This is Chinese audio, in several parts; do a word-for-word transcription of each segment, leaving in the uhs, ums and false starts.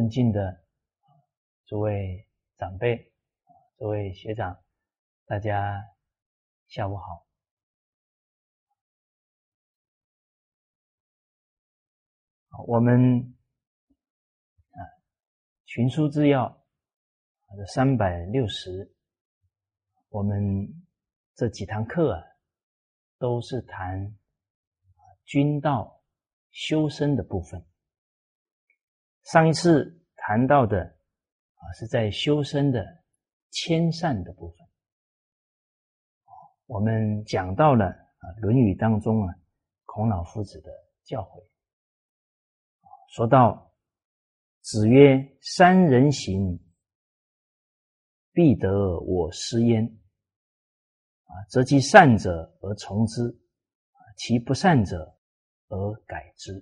尊敬的诸位长辈、诸位学长，大家下午好。我们啊群书治要的三百六十，我们这几堂课啊，都是谈君道修身的部分。上一次谈到的啊，是在修身的谦善的部分。我们讲到了啊《论语》当中啊孔老夫子的教诲，说到子曰：“三人行，必得我师焉。啊，则其善者而从之，其不善者而改之。”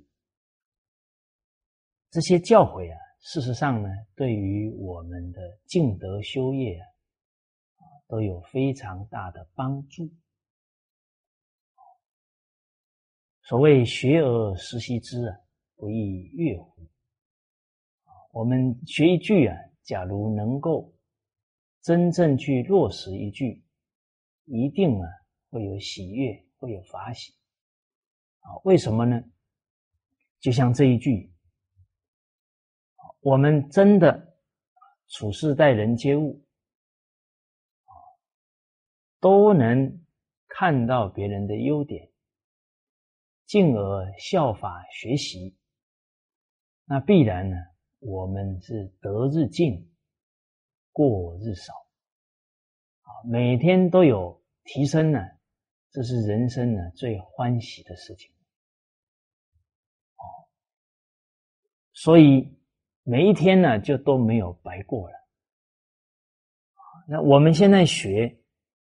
这些教诲啊，事实上呢，对于我们的敬德修业啊，都有非常大的帮助。所谓学而时习之啊，不亦说乎？我们学一句啊，假如能够真正去落实一句，一定啊会有喜悦，会有法喜。啊，为什么呢？就像这一句，我们真的处事待人接物，都能看到别人的优点，进而效法学习，那必然呢，我们是得日进，过日少，每天都有提升呢，这是人生呢最欢喜的事情。所以每一天呢，就都没有白过了。那我们现在学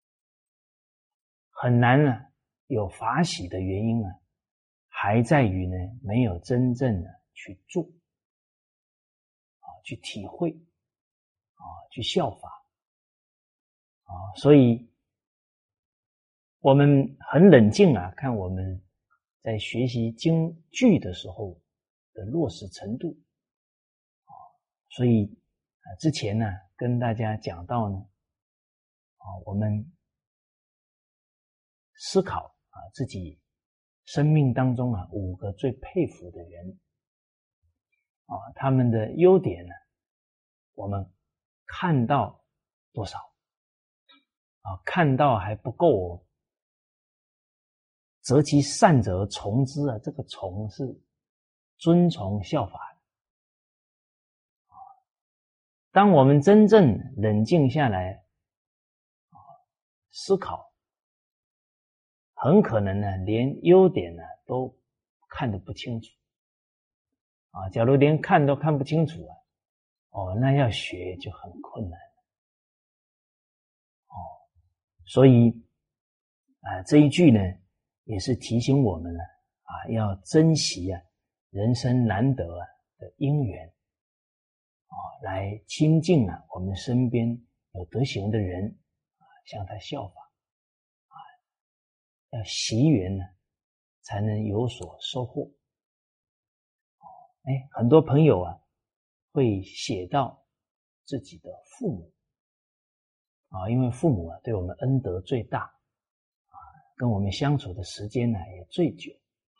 很难呢有法喜的原因啊，还在于呢没有真正的去做啊，去体会啊，去效法啊。所以我们很冷静啊，看我们在学习经句的时候的落实程度啊。所以啊，之前呢跟大家讲到呢啊，我们思考啊自己生命当中啊五个最佩服的人啊，他们的优点呢，我们看到多少啊？看到还不够哦。择其善者而从之啊，这个从是遵从效法的。当我们真正冷静下来思考，很可能呢连优点呢都看得不清楚啊。假如连看都看不清楚啊，哦，那要学就很困难哦。所以啊，这一句呢也是提醒我们呢啊，要珍惜啊人生难得啊的因缘啊，来亲近啊我们身边有德行的人啊，向他效法啊，要习缘呢才能有所收获。哎，很多朋友啊会写到自己的父母啊，因为父母啊对我们恩德最大啊，跟我们相处的时间呢也最久。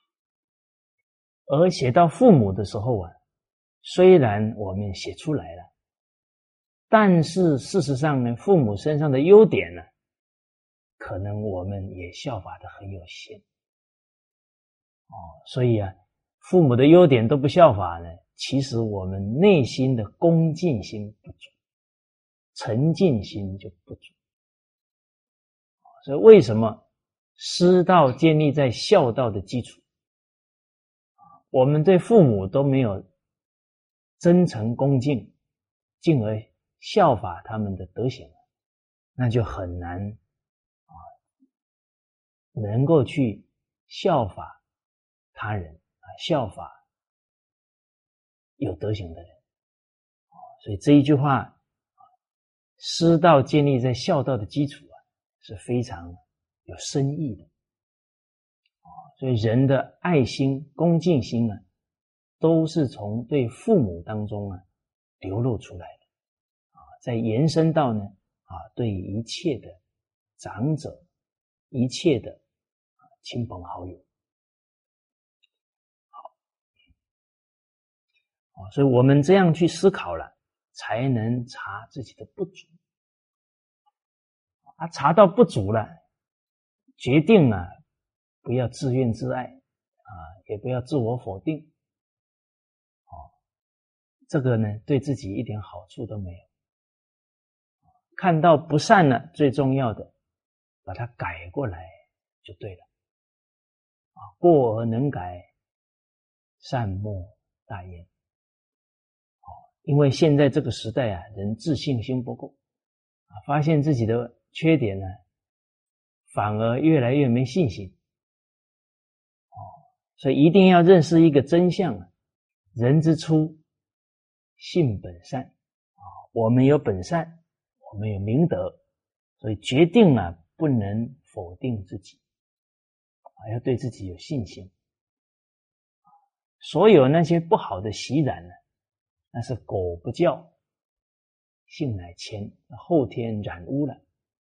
而写到父母的时候啊，虽然我们写出来了，但是事实上呢，父母身上的优点呢，可能我们也效法的很有限哦。所以啊，父母的优点都不效法呢，其实我们内心的恭敬心不足，沉静心就不足。所以为什么师道建立在孝道的基础？我们对父母都没有真诚恭敬，进而效法他们的德行，那就很难啊，能够去效法他人啊，效法有德行的人。所以这一句话，师道建立在孝道的基础啊，是非常有深意的。所以人的爱心、恭敬心啊，都是从对父母当中啊流露出来了啊，再延伸到呢啊，对一切的长者，一切的亲朋好友。好，啊，所以我们这样去思考了，才能查自己的不足。啊，查到不足了，决定啊，不要自怨自艾啊，也不要自我否定。哦，这个呢，对自己一点好处都没有。看到不善了，最重要的，把它改过来就对了。啊，过而能改，善莫大焉。哦，因为现在这个时代啊，人自信心不够，啊，发现自己的缺点呢，反而越来越没信心。哦，所以一定要认识一个真相啊，人之初，性本善。啊，我们有本善，我们有明德，所以决定啊，不能否定自己，啊，要对自己有信心。所有那些不好的习染呢，那是狗不教，性乃迁，后天染污了。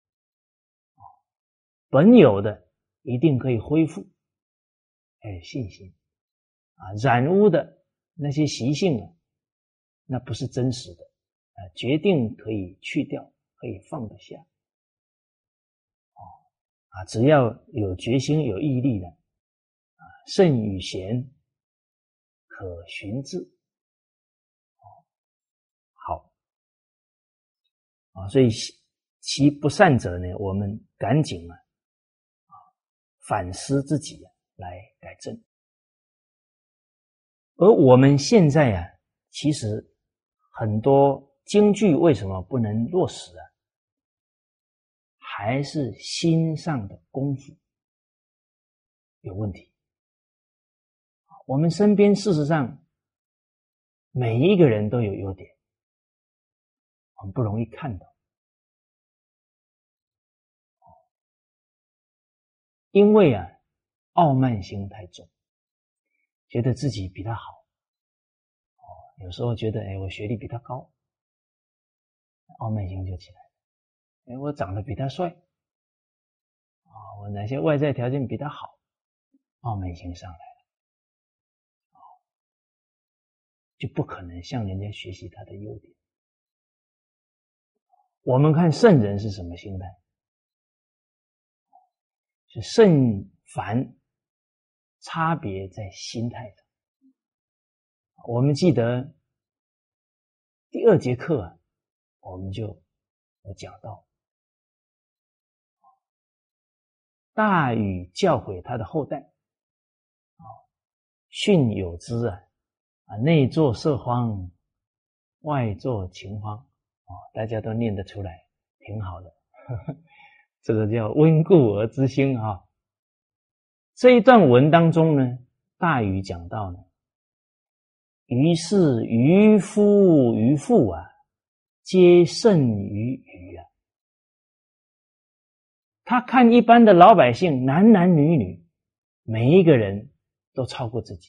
本有的一定可以恢复，哎，信心啊，染污的那些习性啊，那不是真实的啊，决定可以去掉，可以放得下。哦，啊，只要有决心、有毅力的啊，圣与贤可循治。好啊，所以其不善者呢，我们赶紧啊，反思自己啊，来改正。而我们现在啊，其实很多京剧为什么不能落实啊？还是心上的功夫有问题。我们身边事实上每一个人都有优点，很不容易看到。因为啊，傲慢心太重，觉得自己比他好。哦，有时候觉得，哎，我学历比他高，傲慢心就起来了。哎，我长得比他帅，啊，我哪些外在条件比他好，傲慢心上来了，就不可能向人家学习他的优点。我们看圣人是什么心态？是圣凡差别在心态上。我们记得第二节课啊，我们就有讲到，大禹教诲他的后代，啊，训有之啊，啊，内作色荒，外作情荒，啊，大家都念得出来，挺好的。呵呵，这个叫温故而知新啊。这一段文当中呢，大禹讲到呢，于是渔夫渔妇啊，皆胜于禹啊。他看一般的老百姓，男男女女，每一个人都超过自己，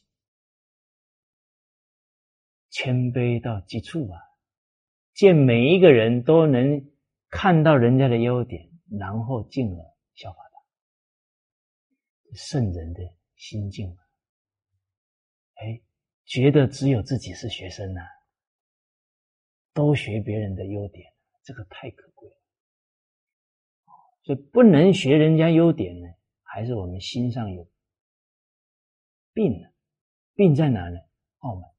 谦卑到极处啊，见每一个人都能看到人家的优点，然后进而效法他。圣人的心境啊，哎，觉得只有自己是学生啊，都学别人的优点，这个太可贵了。所以不能学人家优点呢，还是我们心上有病了。病在哪呢？傲慢。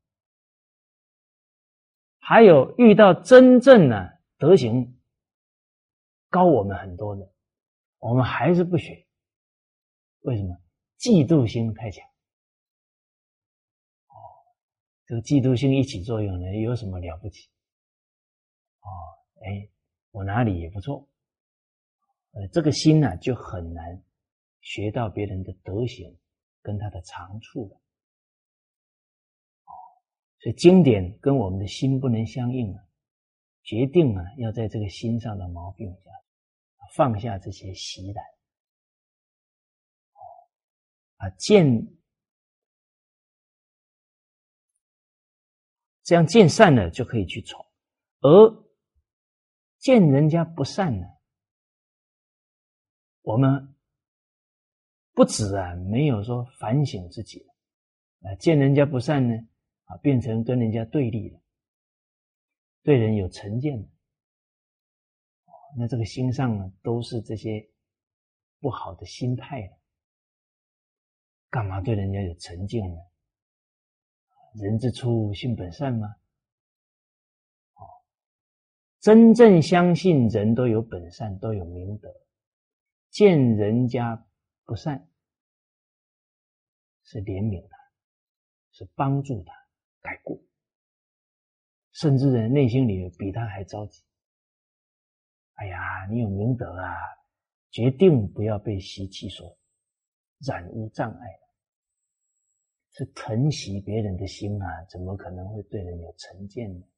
还有遇到真正呢德行高我们很多的，我们还是不学。为什么？嫉妒心太强。哦，这个嫉妒心一起作用呢，有什么了不起？哦，哎，我哪里也不错。呃，这个心呢、啊、就很难学到别人的德行跟他的长处了。哦，所以经典跟我们的心不能相应啊，决定啊要在这个心上的毛病下放下这些习染。哦，啊，见这样见善了就可以去从，而见人家不善呢，我们不止啊没有说反省自己啊，见人家不善呢啊，变成跟人家对立了，对人有成见了，那这个心上呢都是这些不好的心态了，干嘛对人家有成见呢？人之初性本善吗？哦，真正相信人都有本善，都有明德，见人家不善，是怜悯他，是帮助他改过，甚至人内心里比他还着急。哎呀，你有明德啊，决定不要被习气所染污障碍了。是疼惜别人的心啊，怎么可能会对人有成见呢？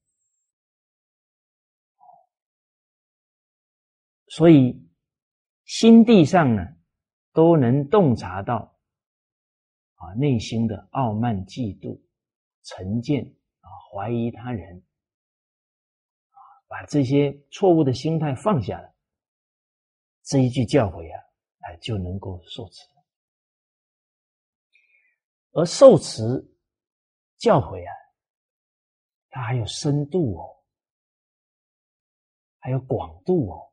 所以心地上呢，都能洞察到啊内心的傲慢、嫉妒、成见啊，怀疑他人啊，把这些错误的心态放下了，这一句教诲啊，哎就能够受持。而受持教诲啊，它还有深度哦，还有广度哦。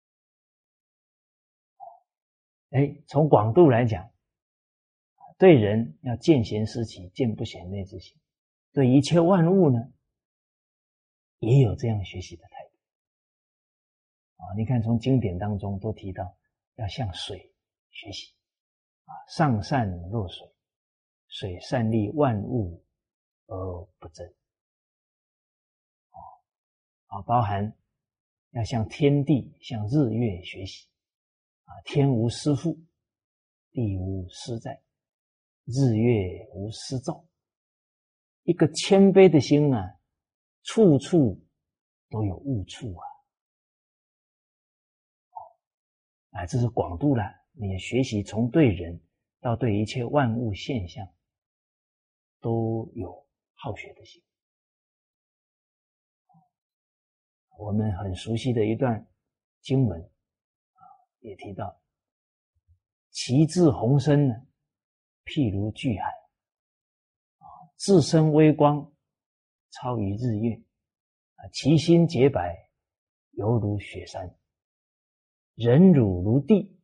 哎，从广度来讲，对人要见贤思齐，见不贤内自省；对一切万物呢，也有这样学习的态度。啊，你看从经典当中都提到要向水学习，啊，上善若水，水善利万物而不争。啊，包含要向天地、向日月学习。啊，天无私覆，地无私载，日月无私照。一个谦卑的心啊，处处都有悟处啊。啊，这是广度了。你的学习从对人到对一切万物现象，都有好学的心。我们很熟悉的一段经文啊，也提到，其志宏深呢，譬如巨海，啊，自身微光，超于日月，啊，其心洁白，犹如雪山，忍辱如地，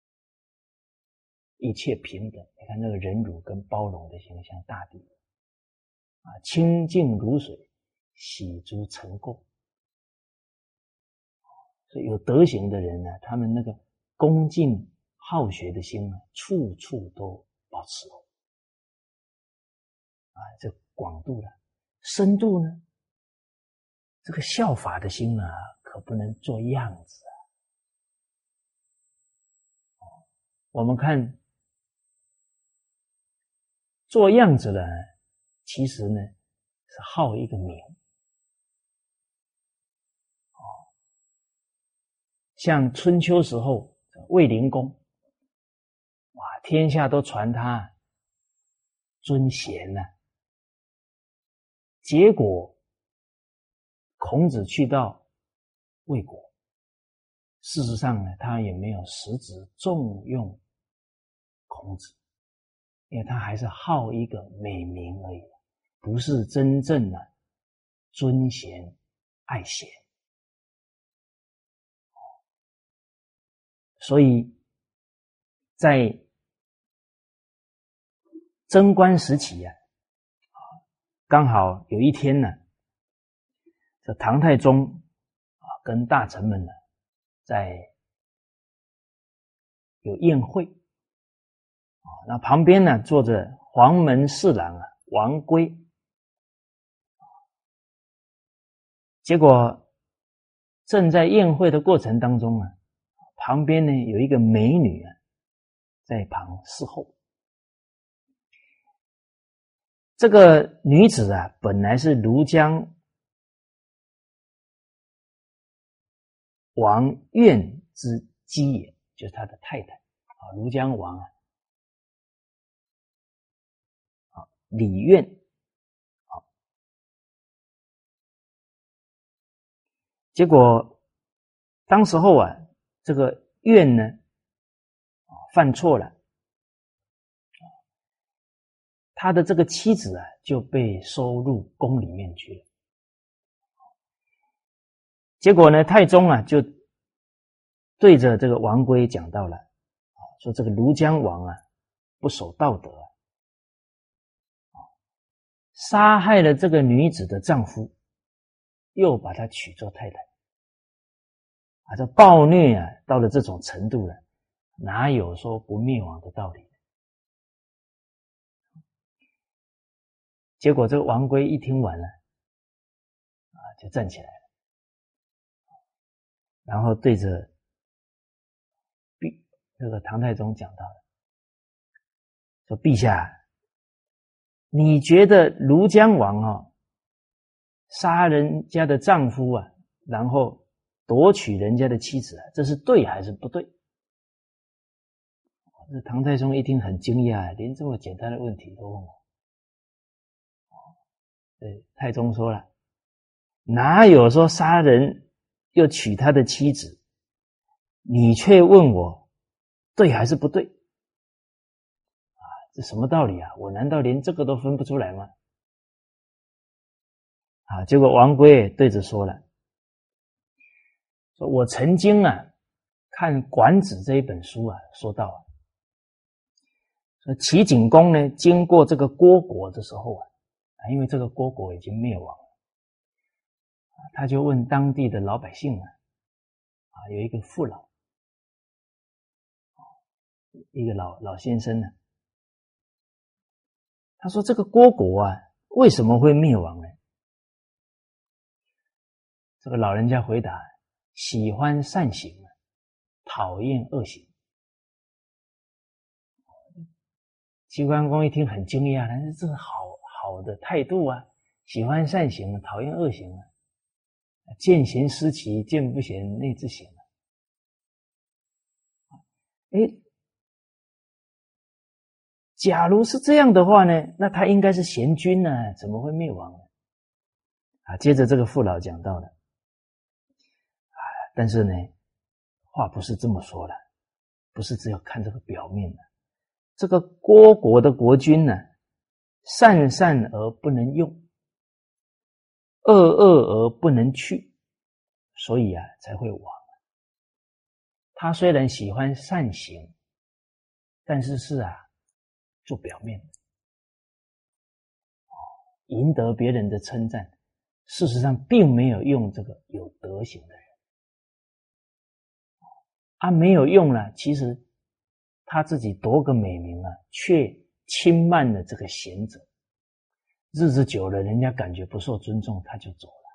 一切平等。你看那个忍辱跟包容的形象，大地啊，清净如水，洗诸尘垢。所以有德行的人呢，他们那个恭敬好学的心呢，处处都保持哦。啊，这广度了，深度呢，这个效法的心啊，可不能做样子啊。我们看做样子的，其实呢是好一个名。像春秋时候卫灵公，哇，天下都传他尊贤呐、啊。结果孔子去到魏国，事实上呢，他也没有实质重用孔子，因为他还是好一个美名而已，不是真正的尊贤爱贤。所以在贞观时期啊，刚好有一天呢，这唐太宗啊跟大臣们呢在有宴会啊，那旁边呢坐着黄门侍郎啊王圭，结果正在宴会的过程当中啊，旁边呢有一个美女啊在旁侍候。这个女子啊本来是庐江王苑之姬也，就是他的太太啊，庐江王啊啊李苑啊结果当时候啊，这个愿呢犯错了，他的这个妻子啊就被收入宫里面去了。结果呢，太宗啊就对着这个王圭讲到了，说这个庐江王啊不守道德，杀害了这个女子的丈夫，又把她娶做太太，啊，这暴虐啊到了这种程度了，哪有说不灭亡的道理？结果这个王圭一听完了，啊，就站起来了，然后对着这个唐太宗讲到了，说陛下，你觉得庐江王啊杀人家的丈夫啊，然后夺取人家的妻子啊，这是对还是不对？这唐太宗一听很惊讶，连这么简单的问题都问我。对，太宗说了，哪有说杀人又娶他的妻子，你却问我对还是不对？啊，这什么道理啊？我难道连这个都分不出来吗？啊，结果王圭对着说了，说我曾经啊看《管子》这一本书啊，说到啊，说齐景公呢经过这个虢国的时候啊，因为这个虢国已经灭亡了，他就问当地的老百姓啊，啊有一个父老，一个老老先生呢，他说这个虢国啊为什么会灭亡呢？这个老人家回答，喜欢善行，讨厌恶行。齐桓公一听很惊讶，但是这是好好的态度啊，喜欢善行，讨厌恶行啊，见贤思齐，见不贤内自省啊。诶，假如是这样的话呢，那他应该是贤君呢、啊，怎么会灭亡呢？啊，接着这个父老讲到了，啊，但是呢，话不是这么说的，不是只有看这个表面的。这个虢国的国君呢，善善而不能用，恶恶而不能去，所以啊才会亡。他虽然喜欢善行，但是是啊做表面的，赢得别人的称赞，事实上并没有用这个有德行的人。啊，没有用了，其实他自己夺个美名啊，却轻慢了这个贤者，日子久了，人家感觉不受尊重，他就走了。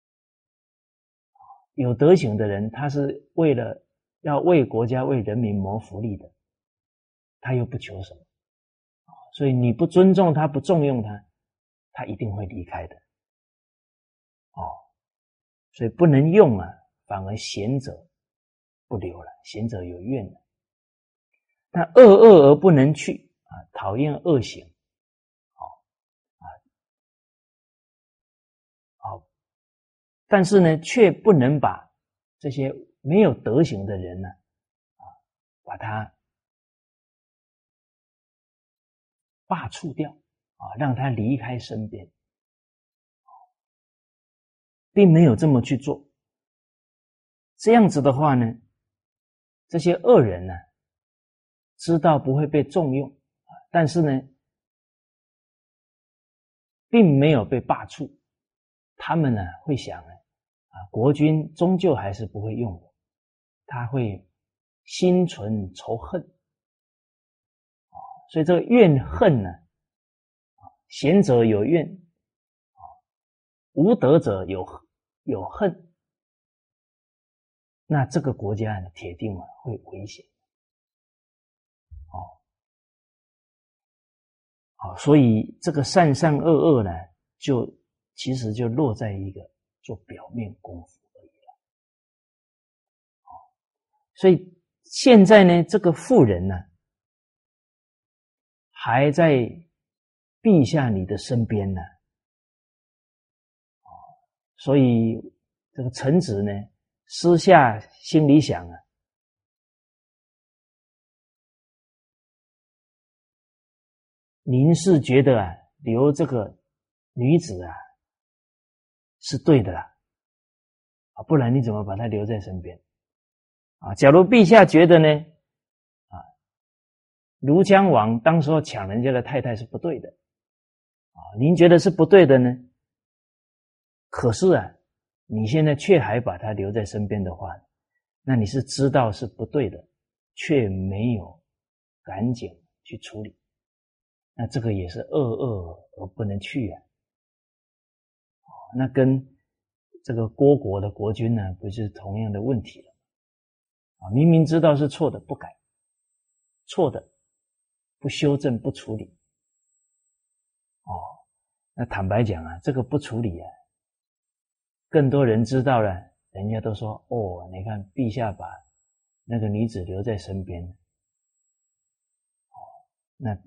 有德行的人，他是为了要为国家、为人民谋福利的，他又不求什么，所以你不尊重他、不重用他，他一定会离开的。哦，所以不能用啊，反而贤者不留了，贤者有怨了。但恶恶而不能去啊，讨厌恶行，好、哦、啊，好、哦，但是呢，却不能把这些没有德行的人呢，啊，把他罢黜掉啊，让他离开身边，并没有这么去做。这样子的话呢，这些恶人呢，知道不会被重用，但是呢，并没有被罢黜，他们呢会想呢，啊，国君终究还是不会用我，他会心存仇恨，所以这个怨恨呢，贤者有怨，无德者有有恨，那这个国家呢，铁定啊会危险。哦，好，所以这个善善恶恶呢，就其实就落在一个做表面功夫而已了。哦，所以现在呢，这个妇人呢，还在陛下你的身边呢。哦，所以这个臣子呢，私下心里想啊，您是觉得啊，留这个女子啊是对的啦，啊，不然你怎么把她留在身边？啊，假如陛下觉得呢，啊，庐江王当时候抢人家的太太是不对的，啊，您觉得是不对的呢？可是啊，你现在却还把她留在身边的话，那你是知道是不对的，却没有赶紧去处理，那这个也是恶恶而不能去啊。那跟这个虢国的国君呢，不是同样的问题了啊？明明知道是错的，不改，错的不修正不处理，哦，那坦白讲啊，这个不处理啊，更多人知道了，人家都说哦，你看陛下把那个女子留在身边，哦，那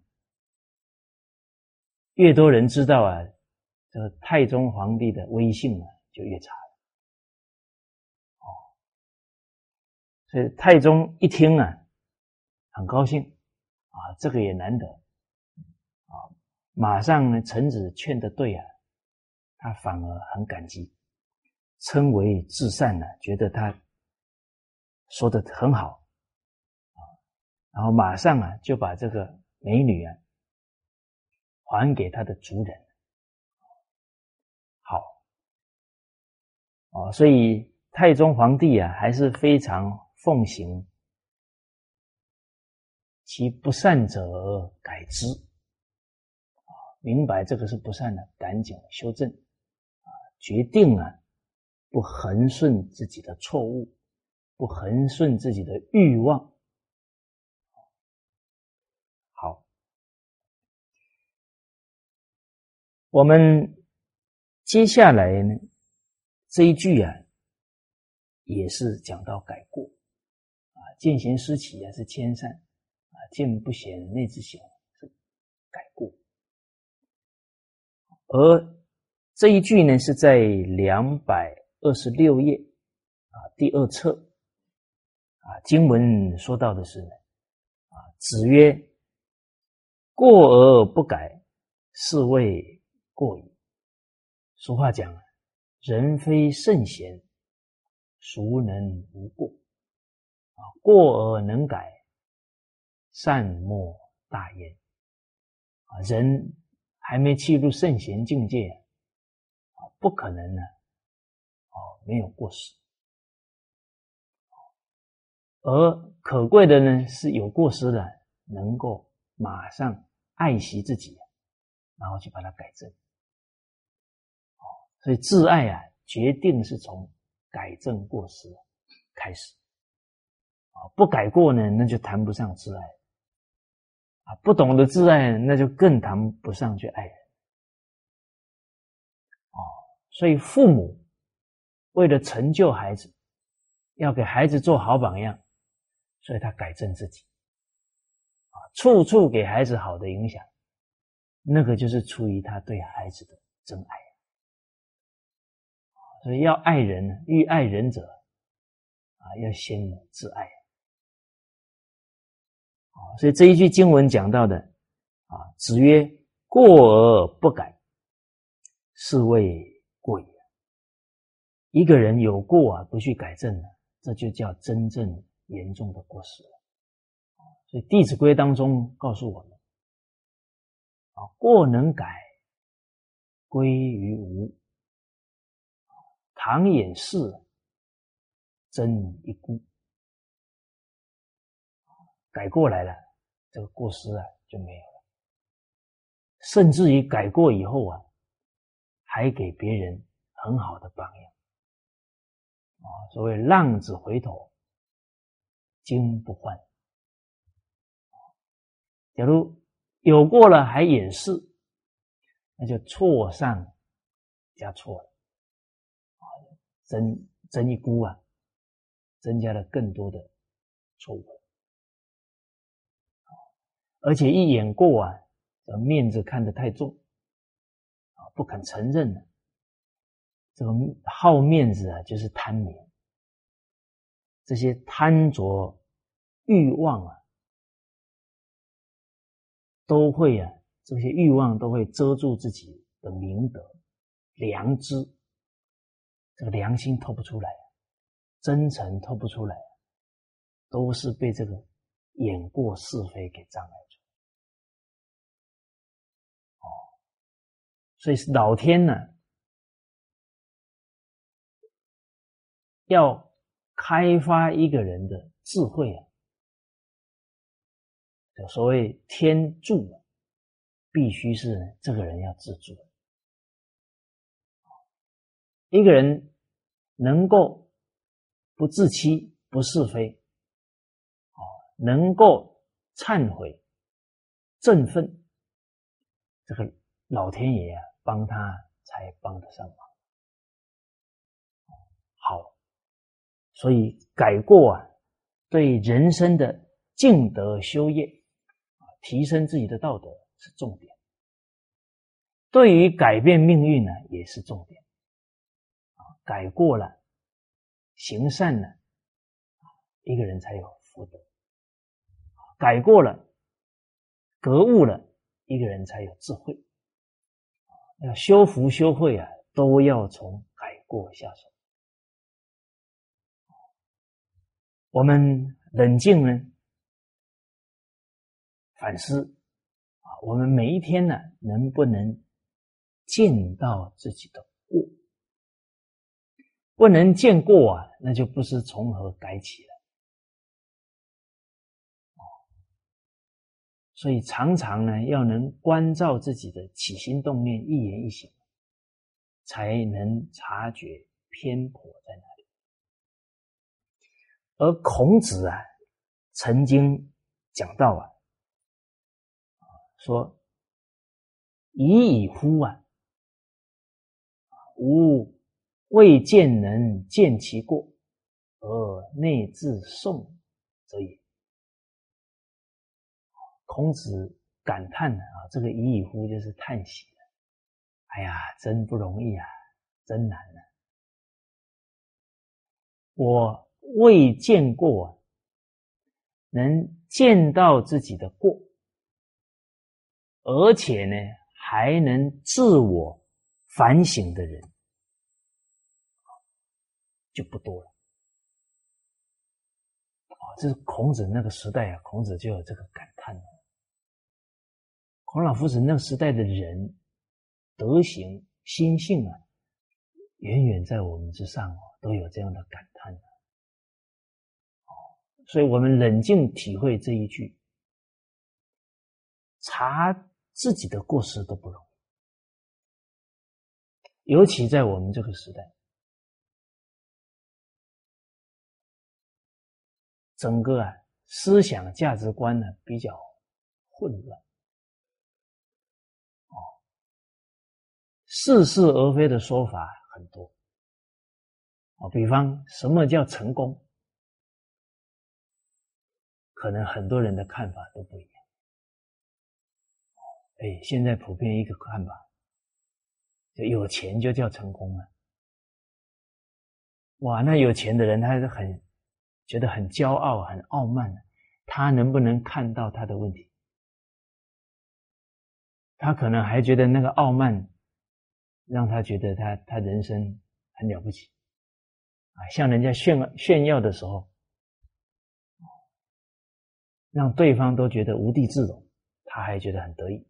越多人知道啊，这个太宗皇帝的威信啊就越差了，哦，所以太宗一听啊，很高兴啊，这个也难得啊，马上呢，臣子劝得对啊，他反而很感激，称为至善呢，觉得他说的很好啊，然后马上啊就把这个美女啊还给他的主人。好哦，所以太宗皇帝啊还是非常奉行其不善者而改之，明白这个是不善的，赶紧修正啊，决定啊不恒顺自己的错误，不恒顺自己的欲望。好，我们接下来呢这一句啊，也是讲到改过啊，见贤思齐啊是谦善啊，见不贤内自省是改过。而这一句呢是在两百二十六页啊第二册啊，经文说到的是呢啊，子曰：过而不改，是谓过矣。俗话讲啊，人非圣贤，孰能无过？啊，过而能改，善莫大焉。啊，人还没进入圣贤境界啊，不可能呢，哦，没有过失。而可贵的呢，是有过失的，能够马上爱惜自己，然后去把它改正。哦，所以自爱啊，决定是从改正过失开始。啊，不改过呢，那就谈不上自爱。啊，不懂得自爱，那就更谈不上去爱人。哦，所以父母为了成就孩子，要给孩子做好榜样，所以他改正自己，啊，处处给孩子好的影响，那个就是出于他对孩子的真爱。所以要爱人，欲爱人者，啊，要先自爱。啊，所以这一句经文讲到的，啊，子曰：过而不改，是谓过矣。一个人有过啊，不去改正了，这就叫真正严重的过失了。所以《弟子规》当中告诉我们，啊，过能改，归于无。唐掩饰，真一孤。改过来了，这个过失啊就没有了。甚至于改过以后啊，还给别人很好的榜样。啊，所谓浪子回头，金不换。假如有过了还掩饰，那就错上加错了，增增一孤啊，增加了更多的错误。而且一掩过啊，面子看得太重啊，不肯承认了， 这个好面子啊，就是贪名。这些贪着欲望啊，都会啊，这些欲望都会遮住自己的明德、良知，这个良心透不出来，真诚透不出来，都是被这个眼过是非给障碍住。哦，所以老天呢，要开发一个人的智慧啊，所谓天助，必须是这个人要自助。一个人能够不自欺、不是非，能够忏悔、振奋，这个老天爷啊，帮他才帮得上忙。好，所以改过啊，对人生的敬德修业，提升自己的道德是重点，对于改变命运呢，也是重点。改过了，行善了，一个人才有福德；改过了，格物了，一个人才有智慧。要修福修慧啊，都要从改过下手。我们冷静呢，反思啊，我们每一天呢，能不能见到自己的过？不能见过啊，那就不知从何改起了。所以常常呢，要能关照自己的起心动念、一言一行，才能察觉偏颇在哪里。而孔子啊，曾经讲到啊，说已矣乎啊，吾未见能见其过，而内自颂者也。孔子感叹啊，这个已矣乎就是叹息了。哎呀，真不容易啊，真难啊！我未见过啊，能见到自己的过，而且呢，还能自我反省的人，就不多了。这是孔子那个时代啊，孔子就有这个感叹了。孔老夫子那个时代的人，德行、心性啊，远远在我们之上哦，都有这样的感叹哦。所以我们冷静体会这一句，查自己的过失都不容易，尤其在我们这个时代，整个啊思想价值观呢比较混乱。似是而非的说法很多。比方什么叫成功，可能很多人的看法都不一样。哎，现在普遍一个看法，就有钱就叫成功了。哇，那有钱的人他是很觉得很骄傲、很傲慢，他能不能看到他的问题？他可能还觉得那个傲慢让他觉得他他人生很了不起啊，向人家炫炫耀的时候，让对方都觉得无地自容，他还觉得很得意。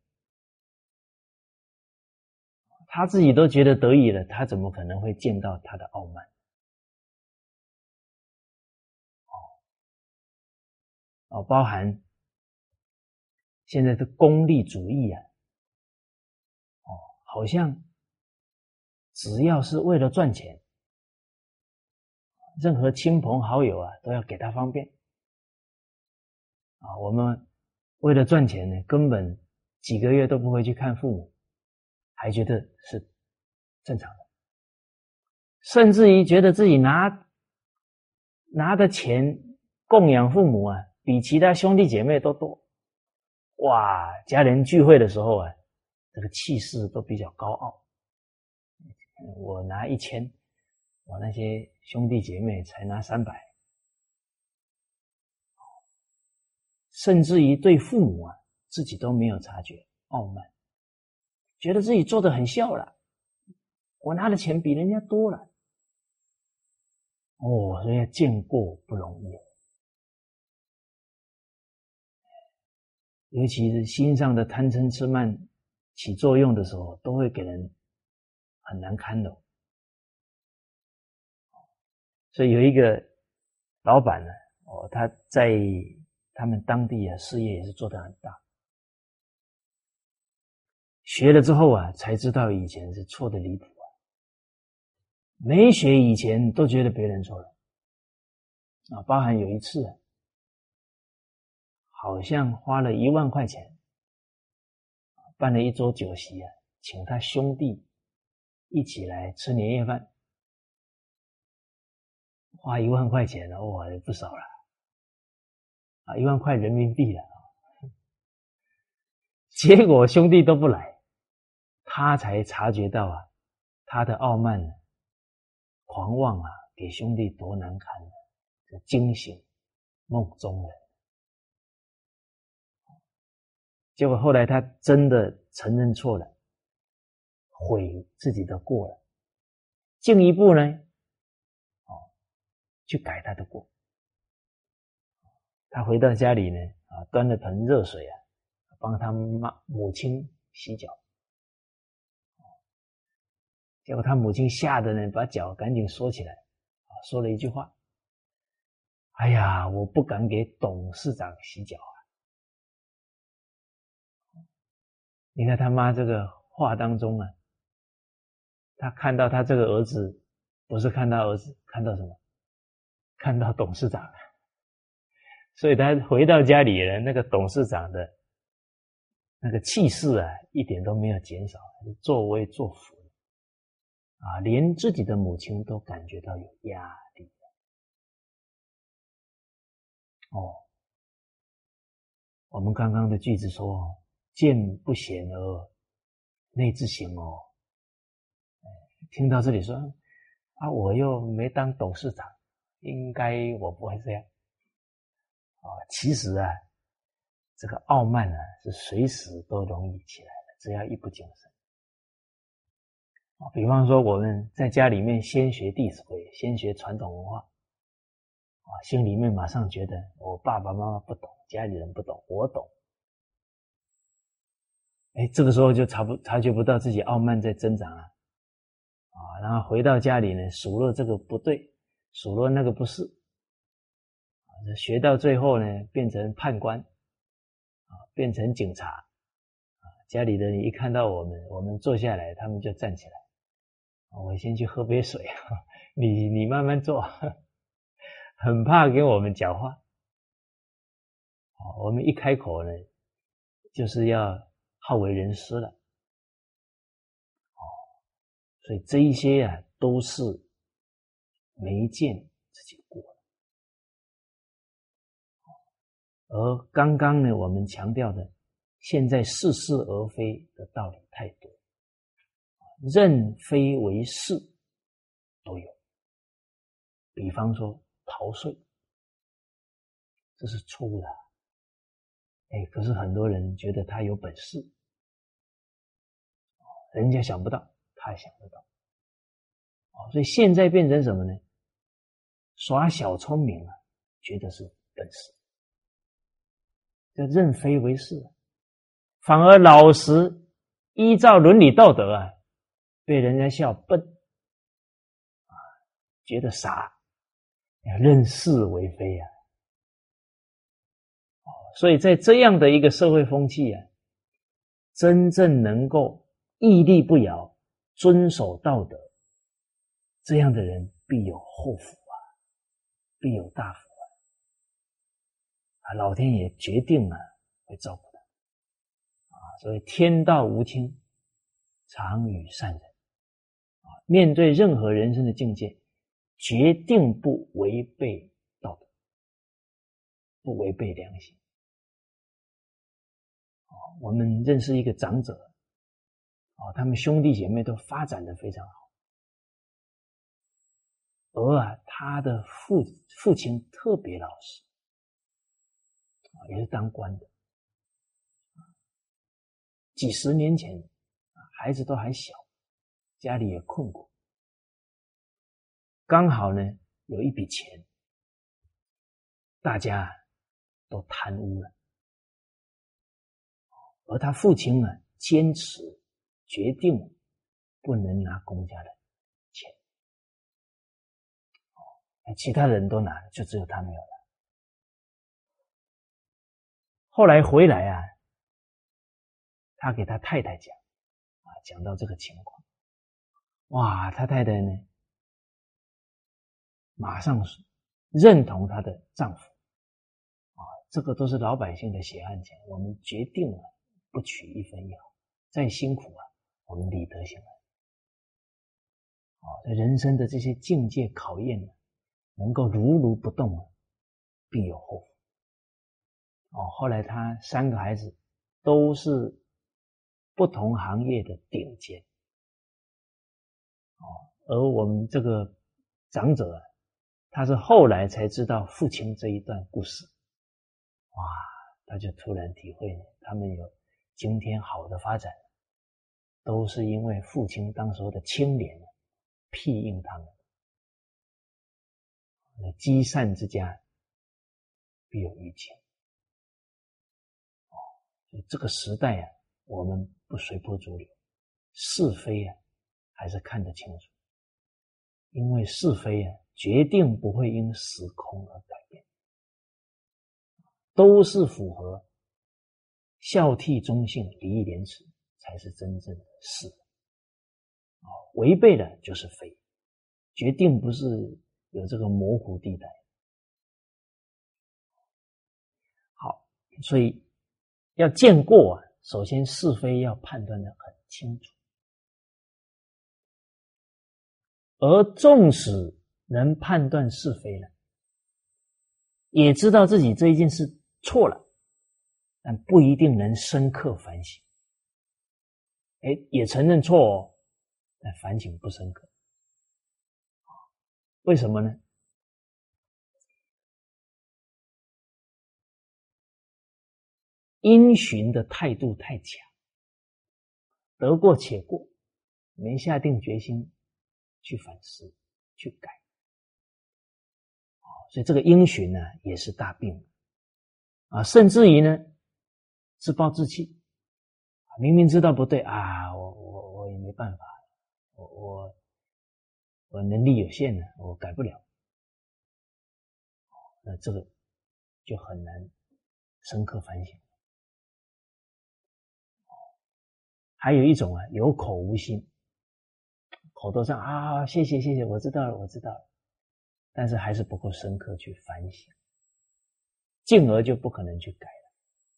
他自己都觉得得意了，他怎么可能会见到他的傲慢？哦，包含现在的功利主义啊，哦，好像只要是为了赚钱，任何亲朋好友啊都要给他方便啊。我们为了赚钱呢，根本几个月都不会去看父母，还觉得是正常的，甚至于觉得自己拿拿的钱供养父母啊，比其他兄弟姐妹都多。哇，家人聚会的时候啊，这个气势都比较高傲， 我拿一千，我那些兄弟姐妹才拿三百，甚至于对父母啊，自己都没有察觉，傲慢，觉得自己做得很孝了，我拿的钱比人家多了。哦，所以见过不容易，尤其是心上的贪嗔痴慢起作用的时候，都会给人很难堪的。所以有一个老板呢，哦，他在他们当地啊，事业也是做得很大。学了之后啊，才知道以前是错的离谱啊。没学以前都觉得别人错了啊，包含有一次啊，好像花了一万块钱办了一桌酒席啊，请他兄弟一起来吃年夜饭，花一万块钱了，哇，不少了啊，一万块人民币了。结果兄弟都不来，他才察觉到啊，他的傲慢、狂妄啊，给兄弟多难堪啊，惊醒梦中人。结果后来他真的承认错了，悔自己的过了，进一步呢，哦，去改他的过。他回到家里呢，啊，端了盆热水啊，帮他妈母亲洗脚。结果他母亲吓得呢，把脚赶紧缩起来，啊，说了一句话：“哎呀，我不敢给董事长洗脚啊。”你看他妈这个话当中啊，他看到他这个儿子，不是看到儿子，看到什么？看到董事长。所以他回到家里呢，那个董事长的那个气势啊，一点都没有减少，作威作福啊，连自己的母亲都感觉到有压力。哦，我们刚刚的句子说，见不贤而内自省哦。听到这里说啊，我又没当董事长，应该我不会这样啊。其实啊，这个傲慢啊，是随时都容易起来的，只要一不谨慎。比方说我们在家里面先学《弟子规》，先学传统文化，心里面马上觉得我爸爸妈妈不懂，家里人不懂，我懂。哎，这个时候就察不察觉不到自己傲慢在增长啊，啊，然后回到家里呢，数落这个不对，数落那个不是，啊，学到最后呢，变成判官，啊，变成警察，啊，家里的人一看到我们，我们坐下来，他们就站起来，我先去喝杯水，你你慢慢坐，很怕给我们讲话。我们一开口呢，就是要好为人师了。哦，所以这一些啊，都是没见自己过。而刚刚呢，我们强调的，现在似是而非的道理太多，认非为是都有。比方说逃税，这是错误的。哎，可是很多人觉得他有本事，人家想不到，他想得到。所以现在变成什么呢？耍小聪明啊，觉得是本事，就认非为是，反而老实依照伦理道德啊，被人家笑笨啊，觉得傻，认是为非啊。所以在这样的一个社会风气啊，真正能够屹立不摇、遵守道德，这样的人必有后福啊，必有大福啊！啊，老天爷决定啊会照顾他啊，所以天道无亲，常与善人啊。面对任何人生的境界，决定不违背道德，不违背良心。我们认识一个长者，他们兄弟姐妹都发展得非常好， 而啊，他的父父亲特别老实，也是当官的。几十年前，孩子都还小，家里也困苦，刚好呢有一笔钱，大家都贪污了，而他父亲呢坚持决定不能拿公家的钱，其他人都拿了，就只有他没有拿。后来回来啊，他给他太太讲啊，讲到这个情况，哇，他太太呢马上认同她的丈夫啊，这个都是老百姓的血汗钱，我们决定了不取一分一毫，再辛苦啊，我们理得行来。啊，人生的这些境界考验呢，能够如如不动啊，必有后福。哦，后来他三个孩子都是不同行业的顶尖。哦，而我们这个长者啊，他是后来才知道父亲这一段故事，哇，他就突然体会，他们有今天好的发展，都是因为父亲当时候的清廉庇应他们。积善之家必有余庆。哦，这个时代啊，我们不随波逐流，是非啊还是看得清楚，因为是非啊决定不会因时空而改变，都是符合孝悌忠信礼义廉耻才是真正的是。哦，违背了就是非，决定不是有这个模糊地带。好，所以要见过啊，首先是非要判断得很清楚，而纵使能判断是非了，也知道自己这一件事错了，但不一定能深刻反省。哎，也承认错哦，但反省不深刻。为什么呢？因循的态度太强，得过且过，没下定决心去反思去改。所以这个因循呢也是大病啊，甚至于呢自暴自弃，明明知道不对啊，我我我也没办法，我我我能力有限呢，我改不了，那这个就很难深刻反省。还有一种啊，有口无心，口头上啊谢谢谢谢，我知道了我知道了，但是还是不够深刻去反省，进而就不可能去改了。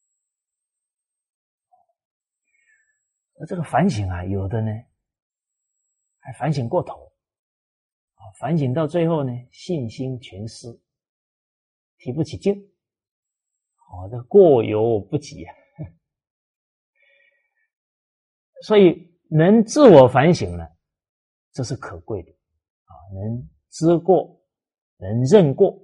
而这个反省啊，有的呢还反省过头啊，反省到最后呢，信心全失，提不起劲，哦，这过犹不及啊。所以能自我反省呢，这是可贵的啊，能知过，能认过，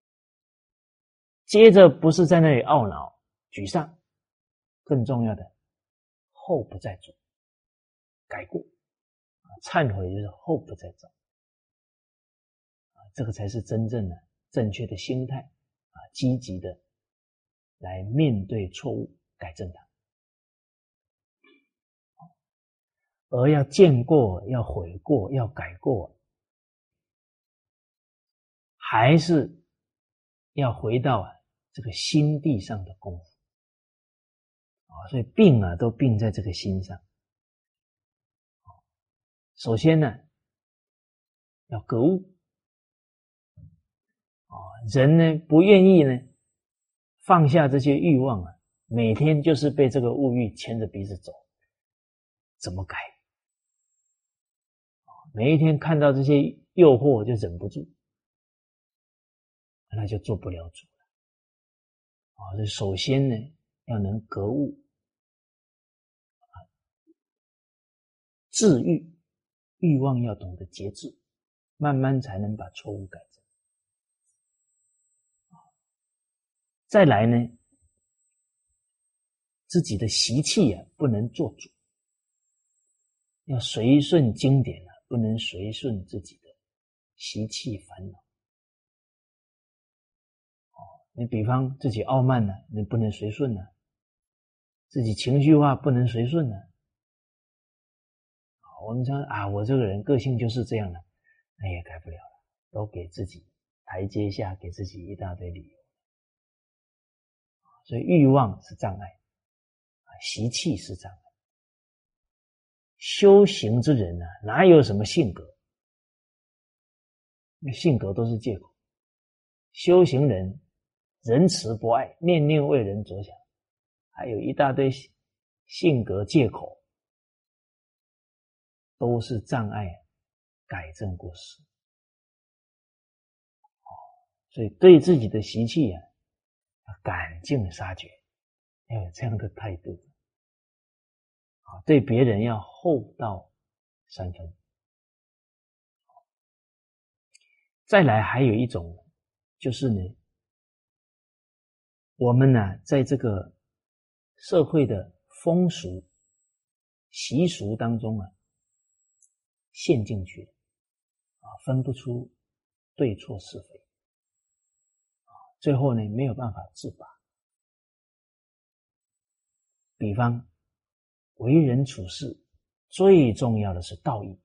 接着不是在那里懊恼沮丧，更重要的后不再做，改过啊，忏悔就是后不再做啊，这个才是真正的正确的心态啊，积极的来面对错误，改正它。而要见过，要悔过，要改过，还是要回到啊这个心地上的功夫啊，所以病啊都病在这个心上。首先呢，要格物啊，人呢不愿意呢放下这些欲望啊，每天就是被这个物欲牵着鼻子走，怎么改？每一天看到这些诱惑就忍不住，那就做不了主了啊！所以首先呢，要能格物啊，治欲，欲望要懂得节制慢慢才能把错误改正。再来呢，自己的习气啊不能做主，要随顺经典啊，不能随顺自己的习气烦恼。哦，你比方自己傲慢呢、啊，你不能随顺呢、啊；自己情绪化不能随顺呢、啊。我们说啊，我这个人个性就是这样的，那也改不了了，都给自己台阶下，给自己一大堆理由。所以欲望是障碍，习气是障碍。修行之人呢、啊，哪有什么性格？那性格都是借口。修行人仁慈博爱，念念为人着想，还有一大堆性格借口，都是障碍改正过失。所以对自己的习气啊，要赶尽杀绝，要有这样的态度。对别人要厚道三分。再来还有一种，就是呢，我们呢、啊、在这个社会的风俗习俗当中啊，陷进去啊，分不出对错是非，啊，最后呢没有办法自拔。比方为人处事最重要的是道义，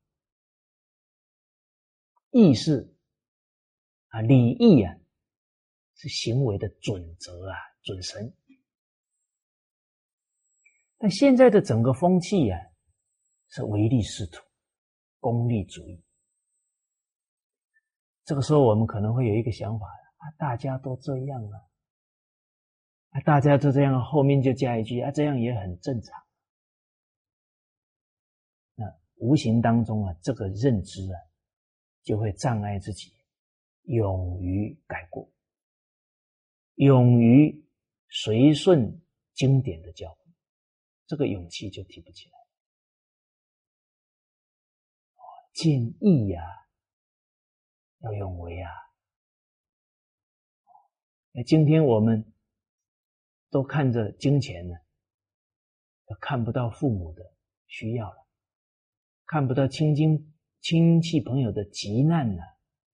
义是啊，礼义啊，是行为的准则啊，准绳。但现在的整个风气啊，是唯利是图，功利主义。这个时候我们可能会有一个想法啊，大家都这样啊，啊，大家都这样，后面就加一句啊，这样也很正常。那无形当中啊，这个认知啊，就会障碍自己勇于改过，勇于随顺经典的教诲，这个勇气就提不起来。见义啊，要勇为啊。今天我们都看着金钱呢，看不到父母的需要了，看不到亲亲亲戚朋友的急难了，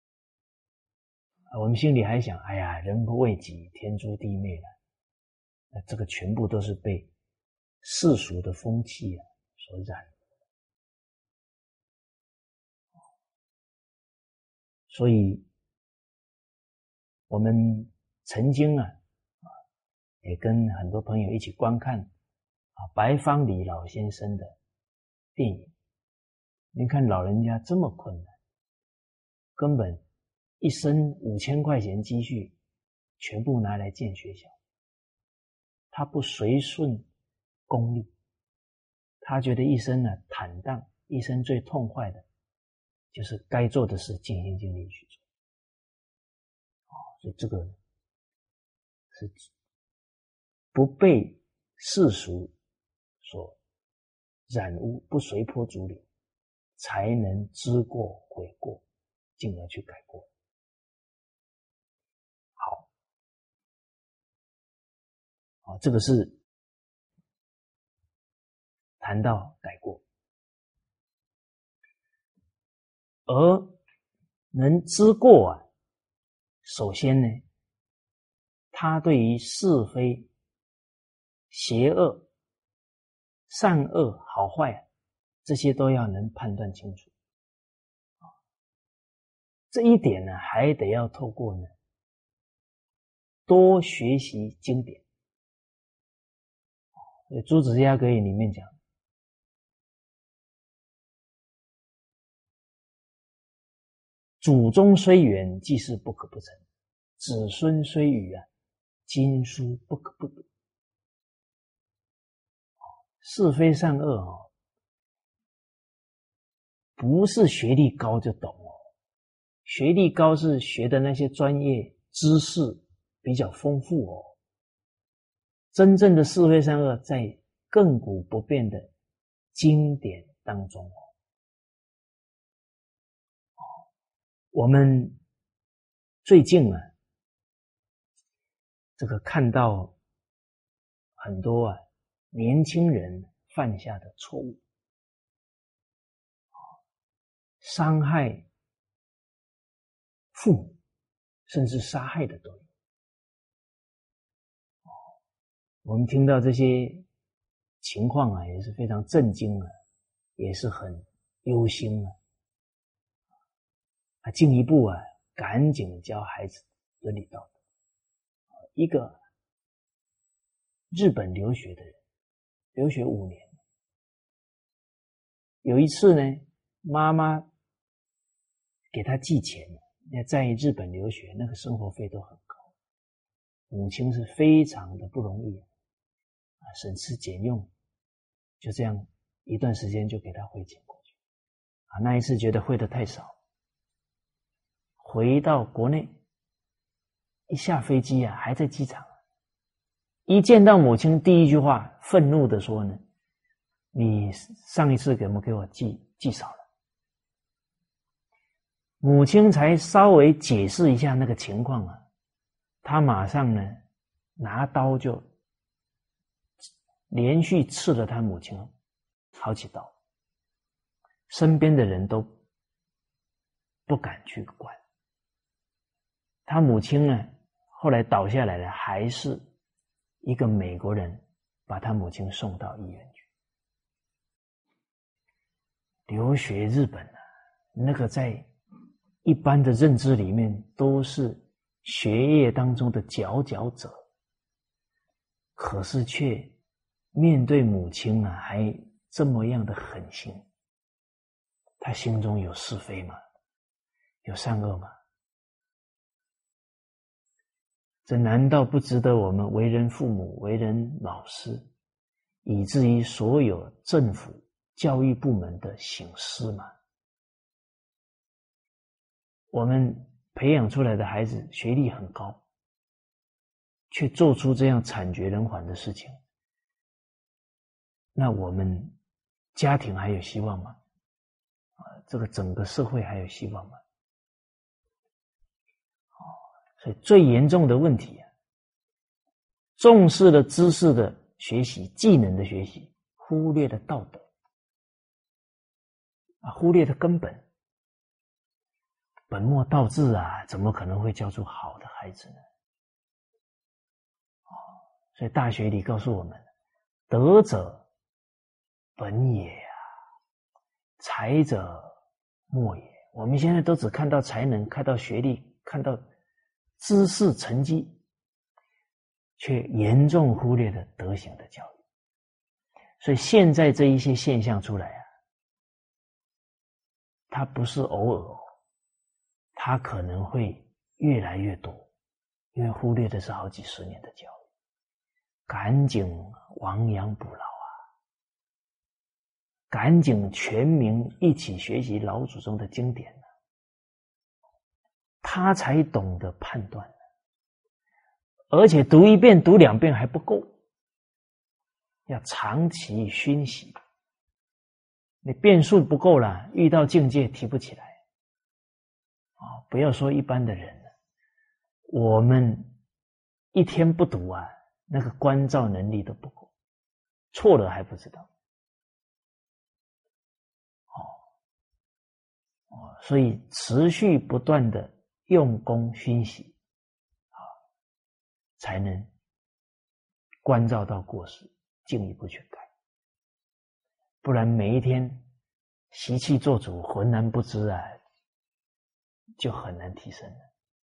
我们心里还想，哎呀，人不为己，天诛地灭了。那这个全部都是被世俗的风气啊所染。所以我们曾经啊也跟很多朋友一起观看啊白方礼老先生的电影。您看老人家这么困难，根本一生五千块钱积蓄全部拿来建学校，他不随顺功利，他觉得一生呢坦荡，一生最痛快的就是该做的事尽心尽力去做。哦，所以这个是不被世俗所染污，不随波逐流，才能知过悔过，进而去改过。好，好，这个是谈到改过，而能知过啊，首先呢，他对于是非、邪恶、善恶、好坏这些都要能判断清楚。这一点呢，还得要透过呢多学习经典。诸子家格言里面讲，祖宗虽远，记事不可不成；子孙虽愚啊，经书不可不读。是非善恶哦，不是学历高就懂哦。学历高是学的那些专业知识比较丰富哦。真正的是非善恶在亘古不变的经典当中哦。 我们最近啊，这个看到很多啊年轻人犯下的错误，伤害父母，甚至杀害的都有。我们听到这些情况啊，也是非常震惊啊，也是很忧心啊。啊，进一步啊，赶紧教孩子伦理道德。一个日本留学的人，留学五年，有一次呢，妈妈给他寄钱，在日本留学，那个生活费都很高，母亲是非常的不容易啊，省吃俭用，就这样一段时间就给他汇钱过去啊。那一次觉得汇的太少，回到国内，一下飞机啊，还在机场，一见到母亲，第一句话愤怒的说呢：“你上一次给我给我寄寄少了。”母亲才稍微解释一下那个情况啊，他马上呢拿刀就连续刺了他母亲好几刀，身边的人都不敢去管。他母亲呢后来倒下来了，还是一个美国人把他母亲送到医院去。留学日本啊，那个在一般的认知里面都是学业当中的佼佼者，可是却面对母亲啊还这么样的狠心。他心中有是非吗？有善恶吗？这难道不值得我们为人父母、为人老师，以至于所有政府教育部门的省思吗？我们培养出来的孩子学历很高，却做出这样惨绝人寰的事情，那我们家庭还有希望吗？啊，这个整个社会还有希望吗？所以最严重的问题啊，重视了知识的学习、技能的学习，忽略了道德，啊，忽略了根本，本末倒置啊，怎么可能会教出好的孩子呢？哦，所以大学里告诉我们，德者本也啊，才者末也。我们现在都只看到才能，看到学历，看到知识成绩，却严重忽略了德行的教育。所以现在这一些现象出来啊，它不是偶尔，它可能会越来越多，因为忽略的是好几十年的教育。赶紧亡羊补牢啊，赶紧全民一起学习老祖宗的经典啊，他才懂得判断，而且读一遍读两遍还不够，要长期熏习。你遍数不够了，遇到境界提不起来啊！不要说一般的人了，我们一天不读啊，那个关照能力都不够，错了还不知道。哦哦，所以持续不断的用功熏习啊，才能关照到过失，进一步去改。不然每一天习气做主，浑然不知啊，就很难提升了。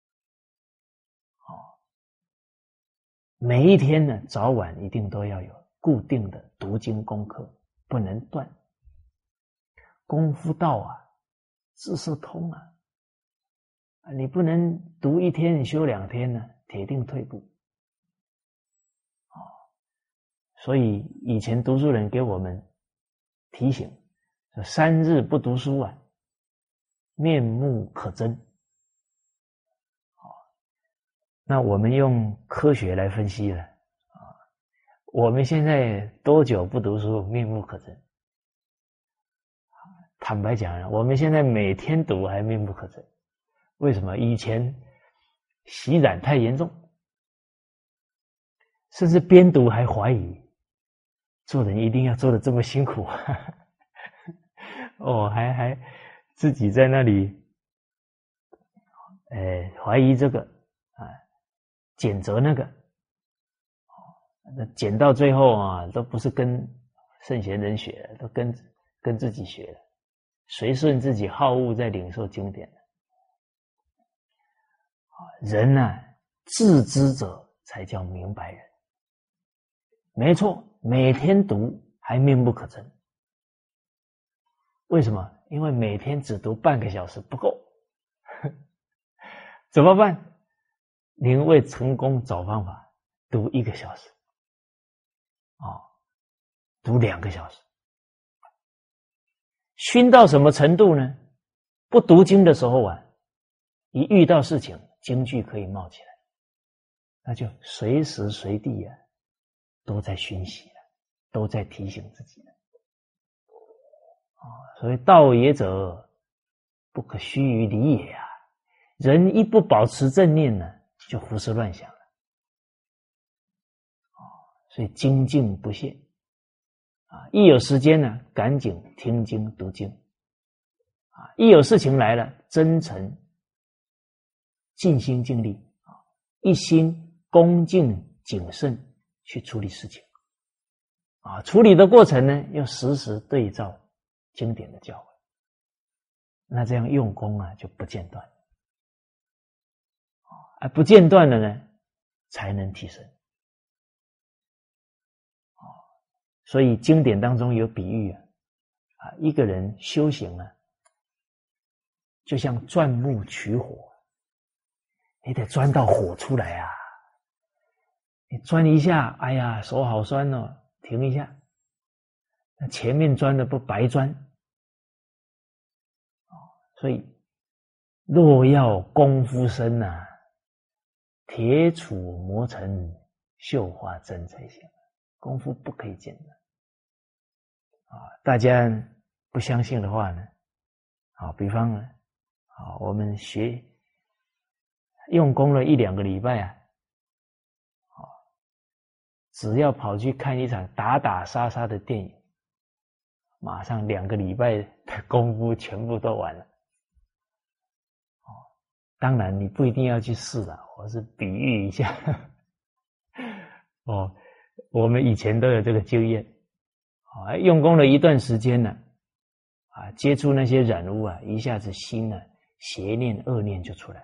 哦，每一天呢，早晚一定都要有固定的读经功课，不能断。功夫到啊，智识通啊，你不能读一天，你修两天呢，铁定退步。哦，所以以前读书人给我们提醒说，三日不读书啊，面目可憎。那我们用科学来分析了啊，我们现在多久不读书，面目可憎？坦白讲，我们现在每天读还面目可憎， 为什么？以前洗染太严重，甚至边读还怀疑，做人一定要做得这么辛苦哦，还还自己在那里，呃，怀疑这个啊，谴责那个，那捡到最后啊，都不是跟圣贤人学，都跟跟自己学了，随顺自己好恶在领受经典。人呢、啊，自知者才叫明白人。没错，每天读还面目可憎。为什么？因为每天只读半个小时不够。怎么办？您为成功找方法，读一个小时。哦，读两个小时。熏到什么程度呢？不读经的时候啊，一遇到事情，京剧可以冒起来，那就随时随地啊，都在熏习了，都在提醒自己了。啊，所以道也者，不可虚于理也啊！人一不保持正念呢，就胡思乱想了。啊，所以精进不懈啊！一有时间呢，赶紧听经读经啊！一有事情来了，真诚尽心尽力啊，一心恭敬谨慎去处理事情啊！处理的过程呢，要时时对照经典的教诲，那这样用功啊就不间断啊，不间断了呢，才能提升啊。所以经典当中有比喻啊，啊，一个人修行啊，就像钻木取火，你得钻到火出来啊！你钻一下，哎呀，手好酸哦，停一下，那前面钻的不白钻。所以若要功夫深啊，铁杵磨成绣花针才行。功夫不可以简单啊！大家不相信的话呢，啊，比方呢，啊，我们学用功了一两个礼拜啊，啊，只要跑去看一场打打杀杀的电影，马上两个礼拜的功夫全部都完了。当然你不一定要去试了，我是比喻一下哦，我们以前都有这个经验啊，用功了一段时间呢，啊，接触那些染污啊，一下子心呢邪念恶念就出来了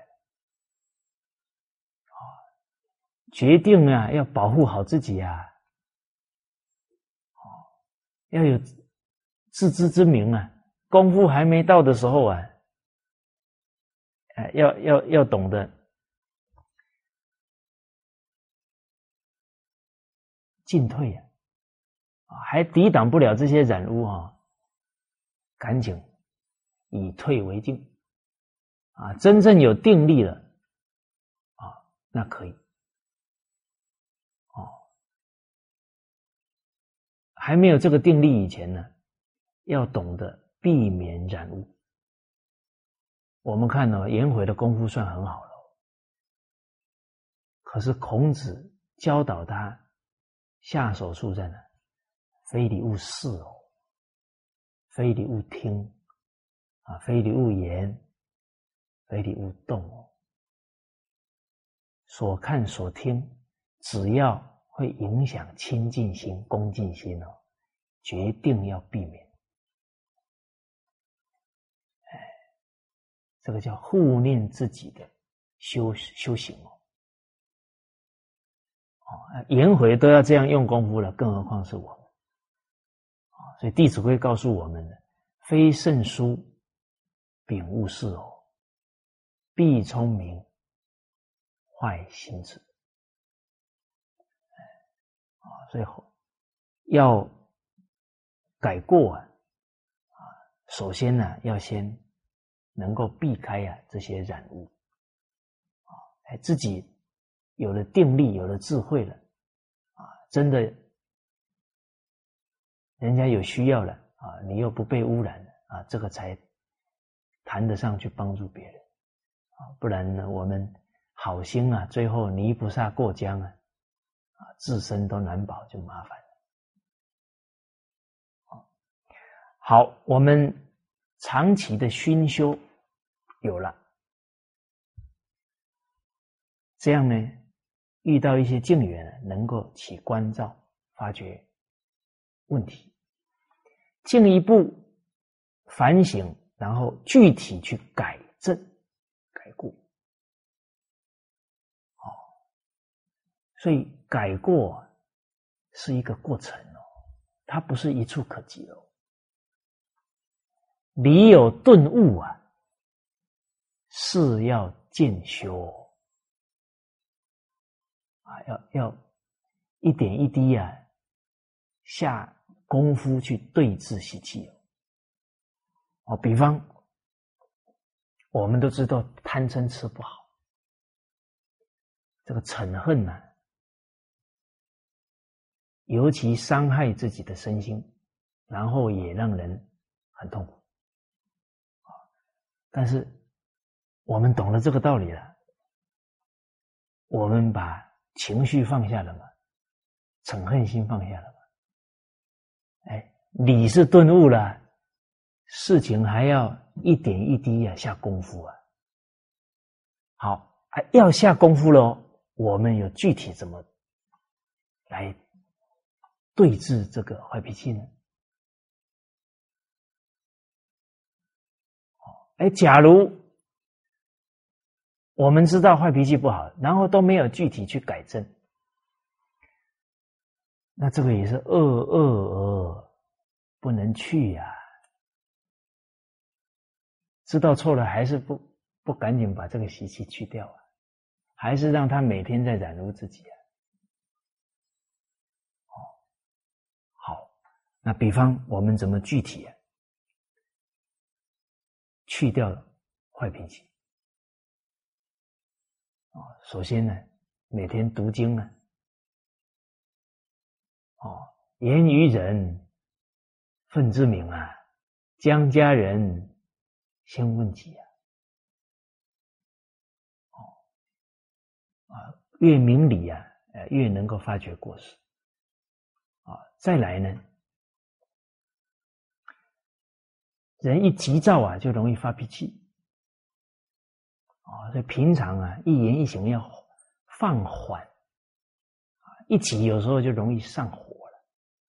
啊，决定啊要保护好自己啊，哦，要有自知之明啊，功夫还没到的时候啊，要要要懂得进退啊，还抵挡不了这些染污啊，赶紧以退为进啊！真正有定力了啊，那可以哦。还没有这个定力以前呢，要懂得避免染污。我们看哦，颜回的功夫算很好了，可是孔子教导他下手处在哪？非礼勿视哦，非礼勿听啊，非礼勿言，非礼勿动哦。所看所听，只要会影响亲近心、恭敬心哦，决定要避免。哎，这个叫护念自己的修修行哦。哦，颜回都要这样用功夫了，更何况是我们。所以《弟子规》告诉我们的，非圣书，秉勿视哦，必聪明，坏心智。所以要改过啊，首先呢，要先能够避开啊这些染污啊，自己有了定力，有了智慧了啊，真的人家有需要了啊，你又不被污染了啊，这个才谈得上去帮助别人不然呢，我们好心啊，最后泥菩萨过江啊，啊，自身都难保，就麻烦了。好，我们长期的熏修有了，这样呢，遇到一些境缘，能够起关照，发觉问题，进一步反省，然后具体去改正、改过。哦，所以改过是一个过程哦，它不是一触可及哦。理有顿悟啊，是要渐修啊，要要一点一滴啊，下功夫去对治习气哦。哦，比方我们都知道贪嗔痴不好，这个嗔恨呢、啊，尤其伤害自己的身心，然后也让人很痛苦。但是我们懂了这个道理了，我们把情绪放下了嘛，嗔恨心放下了嘛，哎，理是顿悟了，事情还要一点一滴啊下功夫啊。好，要下功夫咯，我们有具体怎么来对治这个坏脾气呢？哎，假如我们知道坏脾气不好，然后都没有具体去改正，那这个也是恶恶而不能去呀、啊。知道错了还是不不赶紧把这个习气去掉啊，还是让他每天在染污自己啊。哦，好，那比方我们怎么具体啊去掉坏脾气？哦，首先呢，每天读经啊，哦，言语忍，忿之明啊，将家人先问己啊，哦，啊，越明理啊，呃，越能够发觉过失啊。再来呢，人一急躁啊，就容易发脾气啊，所以平常啊，一言一行要放缓啊，一急有时候就容易上火了。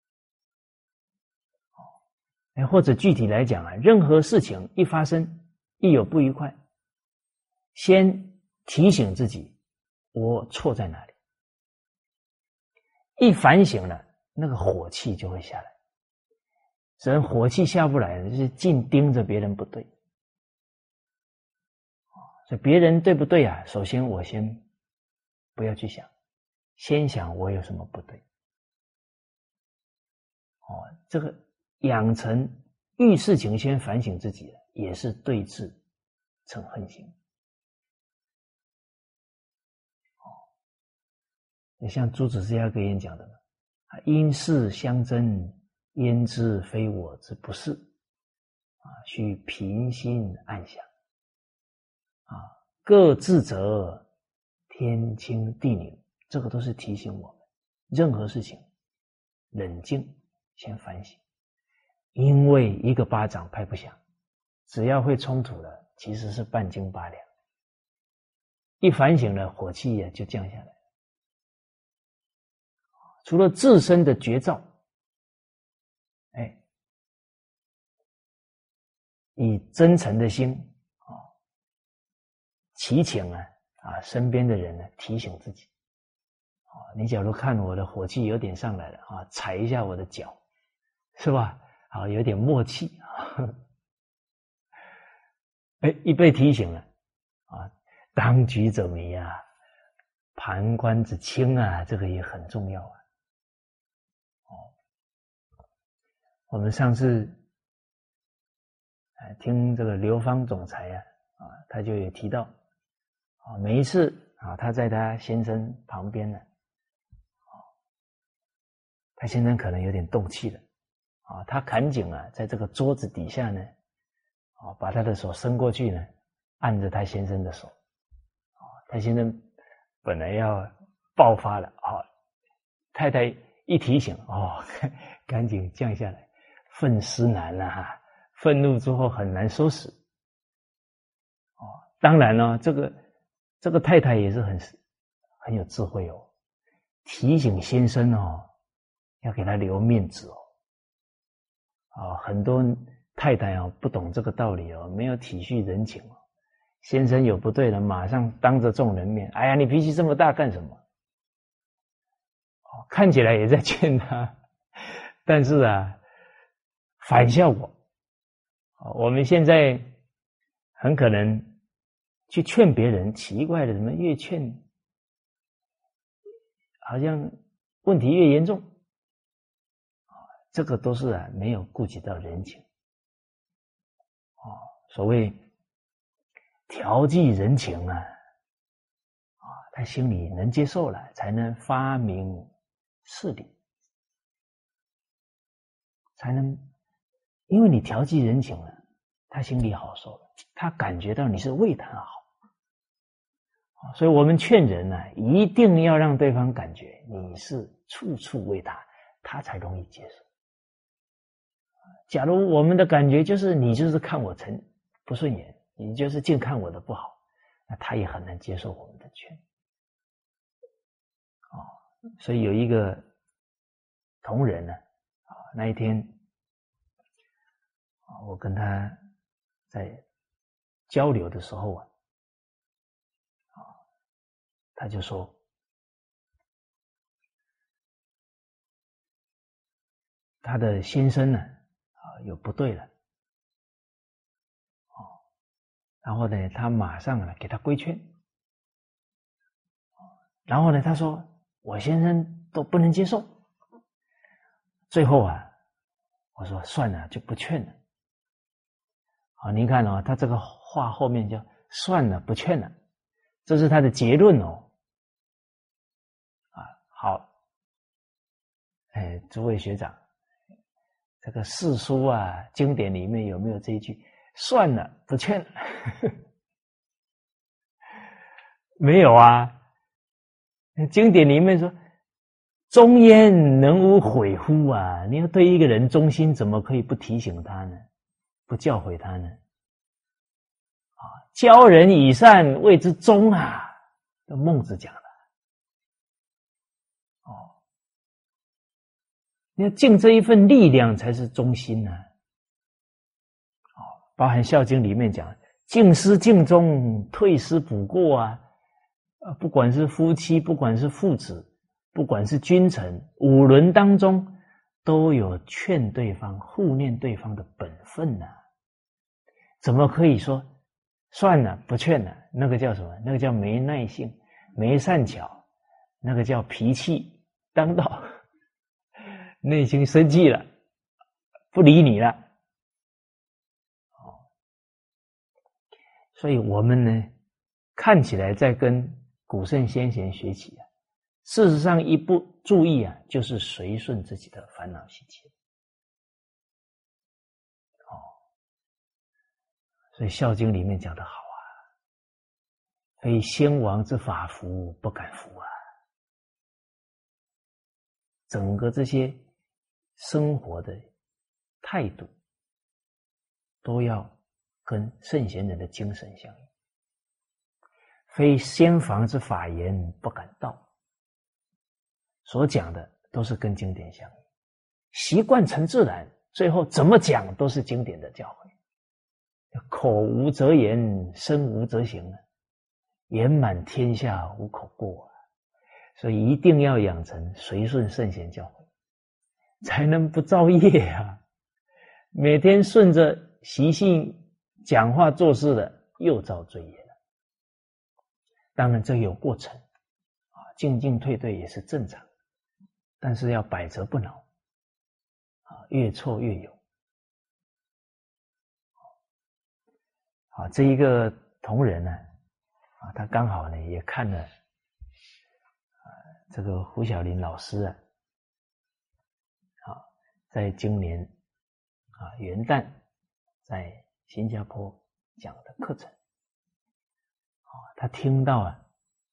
哦，或者具体来讲啊，任何事情一发生，一有不愉快，先提醒自己我错在哪里，一反省了，那个火气就会下来。人火气下不来，就是净盯着别人不对。所以别人对不对啊？首先我先不要去想，先想我有什么不对。哦，这个养成遇事情先反省自己，也是对治嗔恨心。哦，像诸子之家格言讲的嘛，因事相争，焉知非我之不是？啊，须平心暗想。啊，各自责，天清地宁，这个都是提醒我们，任何事情冷静先反省，因为一个巴掌拍不响，只要会冲突了，其实是半斤八两，一反省了，火气也就降下来了。除了自身的觉照，哎，以真诚的心啊，祈请啊啊身边的人呢提醒自己啊，你假如看我的火气有点上来了啊，踩一下我的脚，是吧？啊，有点默契啊，哎，一被提醒了啊，当局者迷啊，旁观者清啊，这个也很重要啊。我们上次听这个刘芳总裁啊，啊，他就有提到啊，每一次啊，他在他先生旁边呢，啊，他先生可能有点动气了，啊，他赶紧啊，在这个桌子底下呢，啊，把他的手伸过去呢， 按着他先生的手，他先生本来要爆发了，哦，太太一提醒，哦，赶紧降下来，愤思难啊，愤怒之后很难收拾。哦，当然了，这个这个太太也是很很有智慧哦，提醒先生哦，要给他留面子哦。啊，很多太太哦不懂这个道理哦，没有体恤人情哦。先生有不对了，马上当着众人面，哎呀，你脾气这么大干什么？哦，看起来也在劝他，但是啊，反效果。我们现在很可能去劝别人，奇怪的，怎么越劝好像问题越严重？这个都是啊没有顾及到人情。哦，所谓调剂人情啊，啊，他心里能接受了，才能发明事理，才能，因为你调剂人情了，他心里好受了，他感觉到你是为他好。所以我们劝人呢、啊，一定要让对方感觉你是处处为他，他才容易接受。假如我们的感觉就是你就是看我成不顺眼，你就是净看我的不好，那他也很难接受我们的劝。哦，所以有一个同仁呢，啊，那一天啊，我跟他在交流的时候啊，啊，他就说，他的先生呢，啊，有不对了。然后呢，他马上呢给他规劝，然后呢，他说我先生都不能接受。最后啊，我说算了，就不劝了。好，您看哦，他这个话后面叫算了，不劝了，这是他的结论哦。啊，好，哎，诸位学长，这个四书啊经典里面有没有这一句？算了，不劝了。没有啊，经典里面说忠焉能无悔乎啊，你要对一个人忠心，怎么可以不提醒他呢？不教诲他呢？啊，教人以善谓之忠啊，这孟子讲的。哦，你要尽这一份力量才是忠心呢、啊。哦，包含《孝经》里面讲敬师敬忠，退师补过啊。呃，不管是夫妻，不管是父子，不管是君臣，五伦当中都有劝对方、护念对方的本分呐、啊。怎么可以说算了不劝了？那个叫什么？那个叫没耐性、没善巧，那个叫脾气当道，内心生气了，不理你了。哦，所以我们呢，看起来在跟古圣先贤学习啊，事实上一不注意啊，就是随顺自己的烦恼习气。哦，所以《孝经》里面讲得好啊，非先王之法服，不敢服啊。整个这些生活的态度，都要跟圣贤人的精神相应。非先房之法言，不敢道。所讲的都是跟经典相应，习惯成自然，最后怎么讲都是经典的教诲。口无则言，身无则行啊，言满天下无口过啊。所以一定要养成随顺圣贤教诲，才能不造业啊。每天顺着习性讲话做事的，又造罪业了。当然这有过程啊，进进退退也是正常，但是要百折不挠啊，越挫越勇。啊，这一个同仁呢，啊，他刚好呢也看了啊这个胡小林老师啊，啊，在今年啊元旦在新加坡讲的课程。 他听到啊，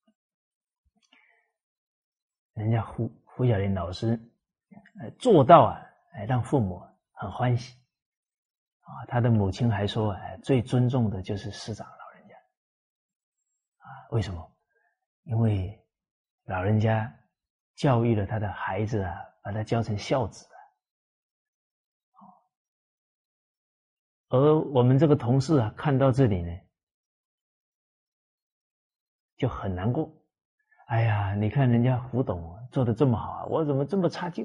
人家胡胡小莲老师做到啊，让父母很欢喜啊。他的母亲还说，哎，最尊重的就是师长老人家啊。为什么？因为老人家教育了他的孩子啊，把他教成孝子啊。而我们这个同事啊，看到这里呢，就很难过。哎呀，你看人家胡董做得这么好啊，我怎么这么差劲？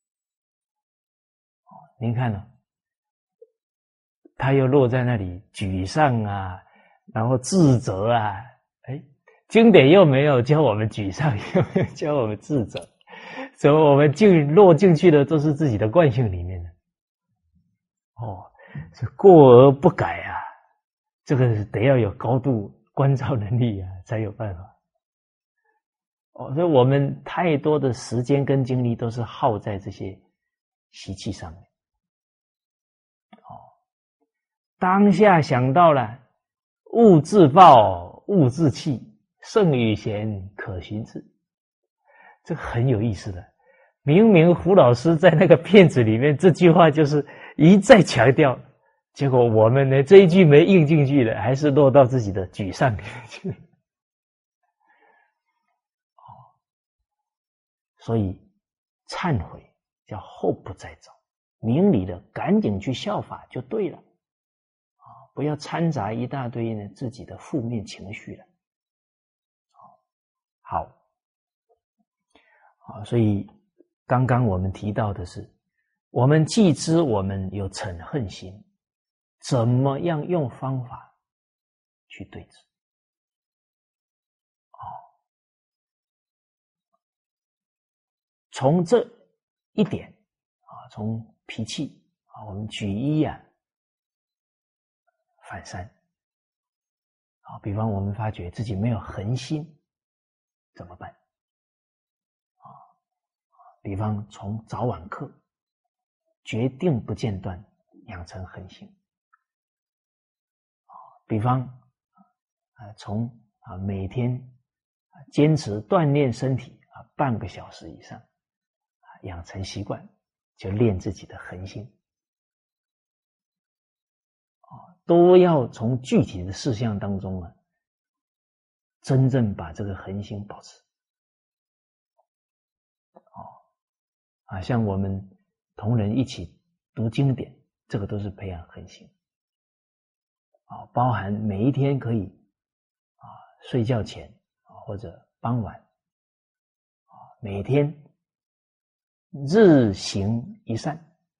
您看呢，他又落在那里沮丧啊，然后自责啊。哎，经典又没有教我们沮丧，又没有教我们自责，所以我们进落进去的都是自己的惯性里面的。哦，是过而不改啊，这个得要有高度关照能力啊，才有办法。哦，所以我们太多的时间跟精力都是耗在这些习气上面。哦，当下想到了勿自暴，勿自弃，圣与贤，可循之。这很有意思的。明明胡老师在那个片子里面这句话就是一再强调，结果我们呢这一句没应进去的，还是落到自己的沮丧里面去。所以忏悔叫后不再造，明理的赶紧去效法就对了啊！不要掺杂一大堆呢自己的负面情绪了。好，啊，所以刚刚我们提到的是，我们既知我们有嗔恨心，怎么样用方法去对治？从这一点啊，从脾气啊，我们举一啊反三啊。比方我们发觉自己没有恒心，怎么办？啊，比方从早晚课决定不间断，养成恒心。啊，比方啊，从啊每天坚持锻炼身体啊半个小时以上。养成习惯，就练自己的恒心，都要从具体的事项当中啊，真正把这个恒心保持。哦，啊，像我们同仁一起读经典，这个都是培养恒心。啊，包含每一天可以啊睡觉前啊或者傍晚啊每天。日行一善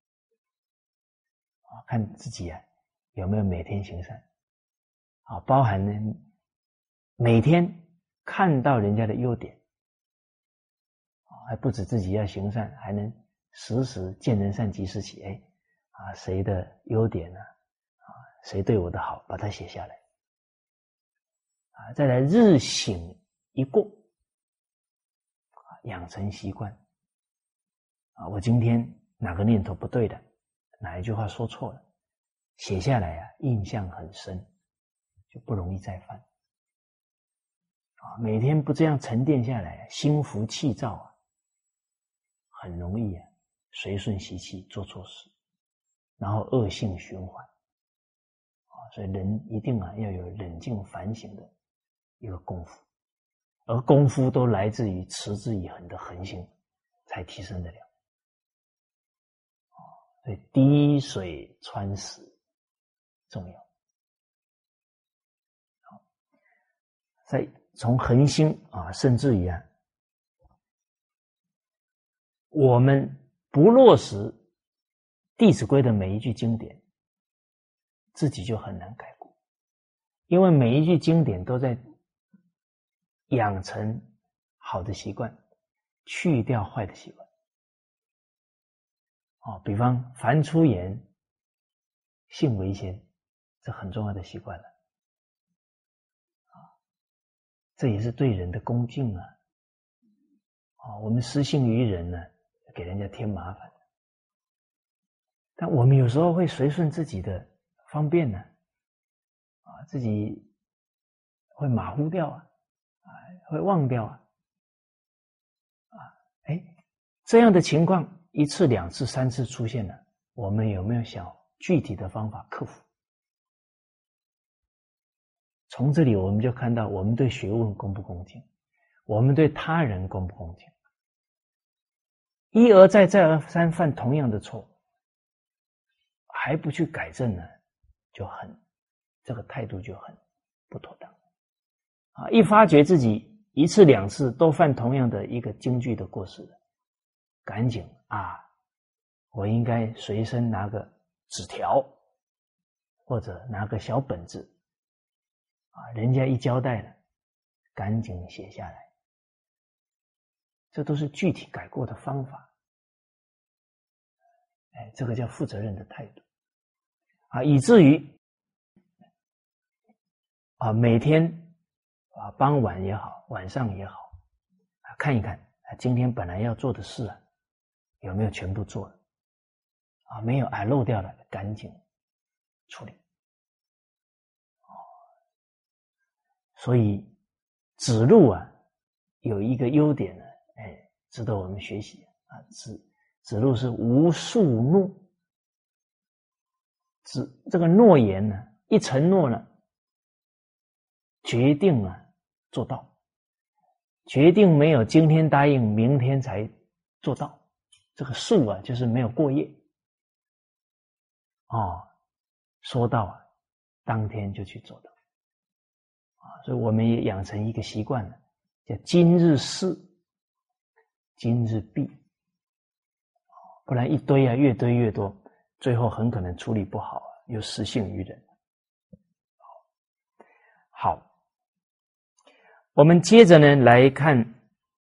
啊，看自己啊有没有每天行善啊，包含呢每天看到人家的优点啊，还不止自己要行善，还能时时见人善即时起。哎啊，谁的优点呢？啊，谁对我的好，把它写下来啊，再来日醒一过啊，养成习惯。啊，我今天哪个念头不对的，哪一句话说错了，写下来啊，印象很深，就不容易再犯。啊，每天不这样沉淀下来，心浮气躁啊，很容易啊，随顺习气做错事，然后恶性循环。啊，所以人一定啊要有冷静反省的一个功夫，而功夫都来自于持之以恒的恒心，才提升得了。所以滴水穿石重要。好，在从恒心啊，甚至于啊，我们不落实《弟子规》的每一句经典，自己就很难改过，因为每一句经典都在养成好的习惯，去掉坏的习惯。哦，比方凡出言，信为先，这很重要的习惯了。啊，这也是对人的恭敬啊。啊，我们失信于人呢，给人家添麻烦。但我们有时候会随顺自己的方便呢，啊，自己会马虎掉啊，啊，会忘掉啊，啊，哎，这样的情况一次、两次、三次出现了，我们有没有想具体的方法克服？从这里我们就看到，我们对学问恭不恭敬，我们对他人恭不恭敬。一而再再而三犯同样的错，还不去改正呢，就很这个态度就很不妥当啊！一发觉自己一次两次都犯同样的一个京剧的过失，赶紧啊，我应该随身拿个纸条，或者拿个小本子啊，人家一交代了，赶紧写下来。这都是具体改过的方法，哎，这个叫负责任的态度啊，以至于啊每天啊傍晚也好，晚上也好，啊看一看啊今天本来要做的事啊有没有全部做了啊，没有啊漏掉了，赶紧处理。哦，所以指路啊有一个优点呢。哎，值得我们学习啊！子子路是无数诺，子这个诺言呢，一承诺呢，决定啊做到，决定没有今天答应，明天才做到。这个数啊，就是没有过夜哦，说到啊，当天就去做到啊！所以我们也养成一个习惯了，叫今日事。今日毕，不然一堆啊，越堆越多，最后很可能处理不好，又失信于人。好，我们接着呢来看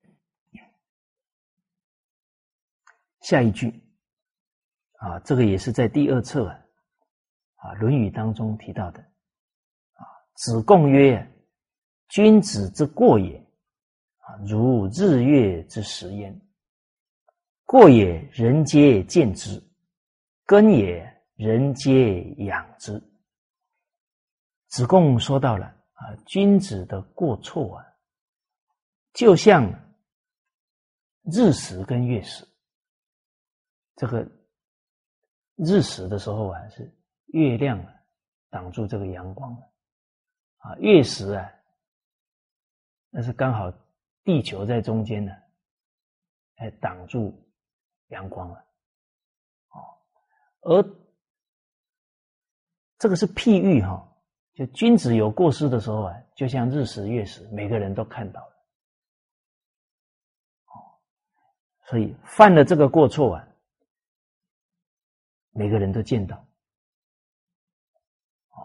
下一句啊，这个也是在第二册啊，啊《论语》当中提到的啊，子贡曰：“君子之过也。”如日月之食焉，过也人皆见之，耕也人皆养之。子贡说到了啊，君子的过错啊，就像日食跟月食。这个日食的时候啊，是月亮啊挡住这个阳光了啊，月食啊，那是刚好地球在中间呢，哎，挡住阳光了，哦，而这个是譬喻哈，就君子有过失的时候啊，就像日食月食，每个人都看到了，哦，所以犯了这个过错啊，每个人都见到，哦，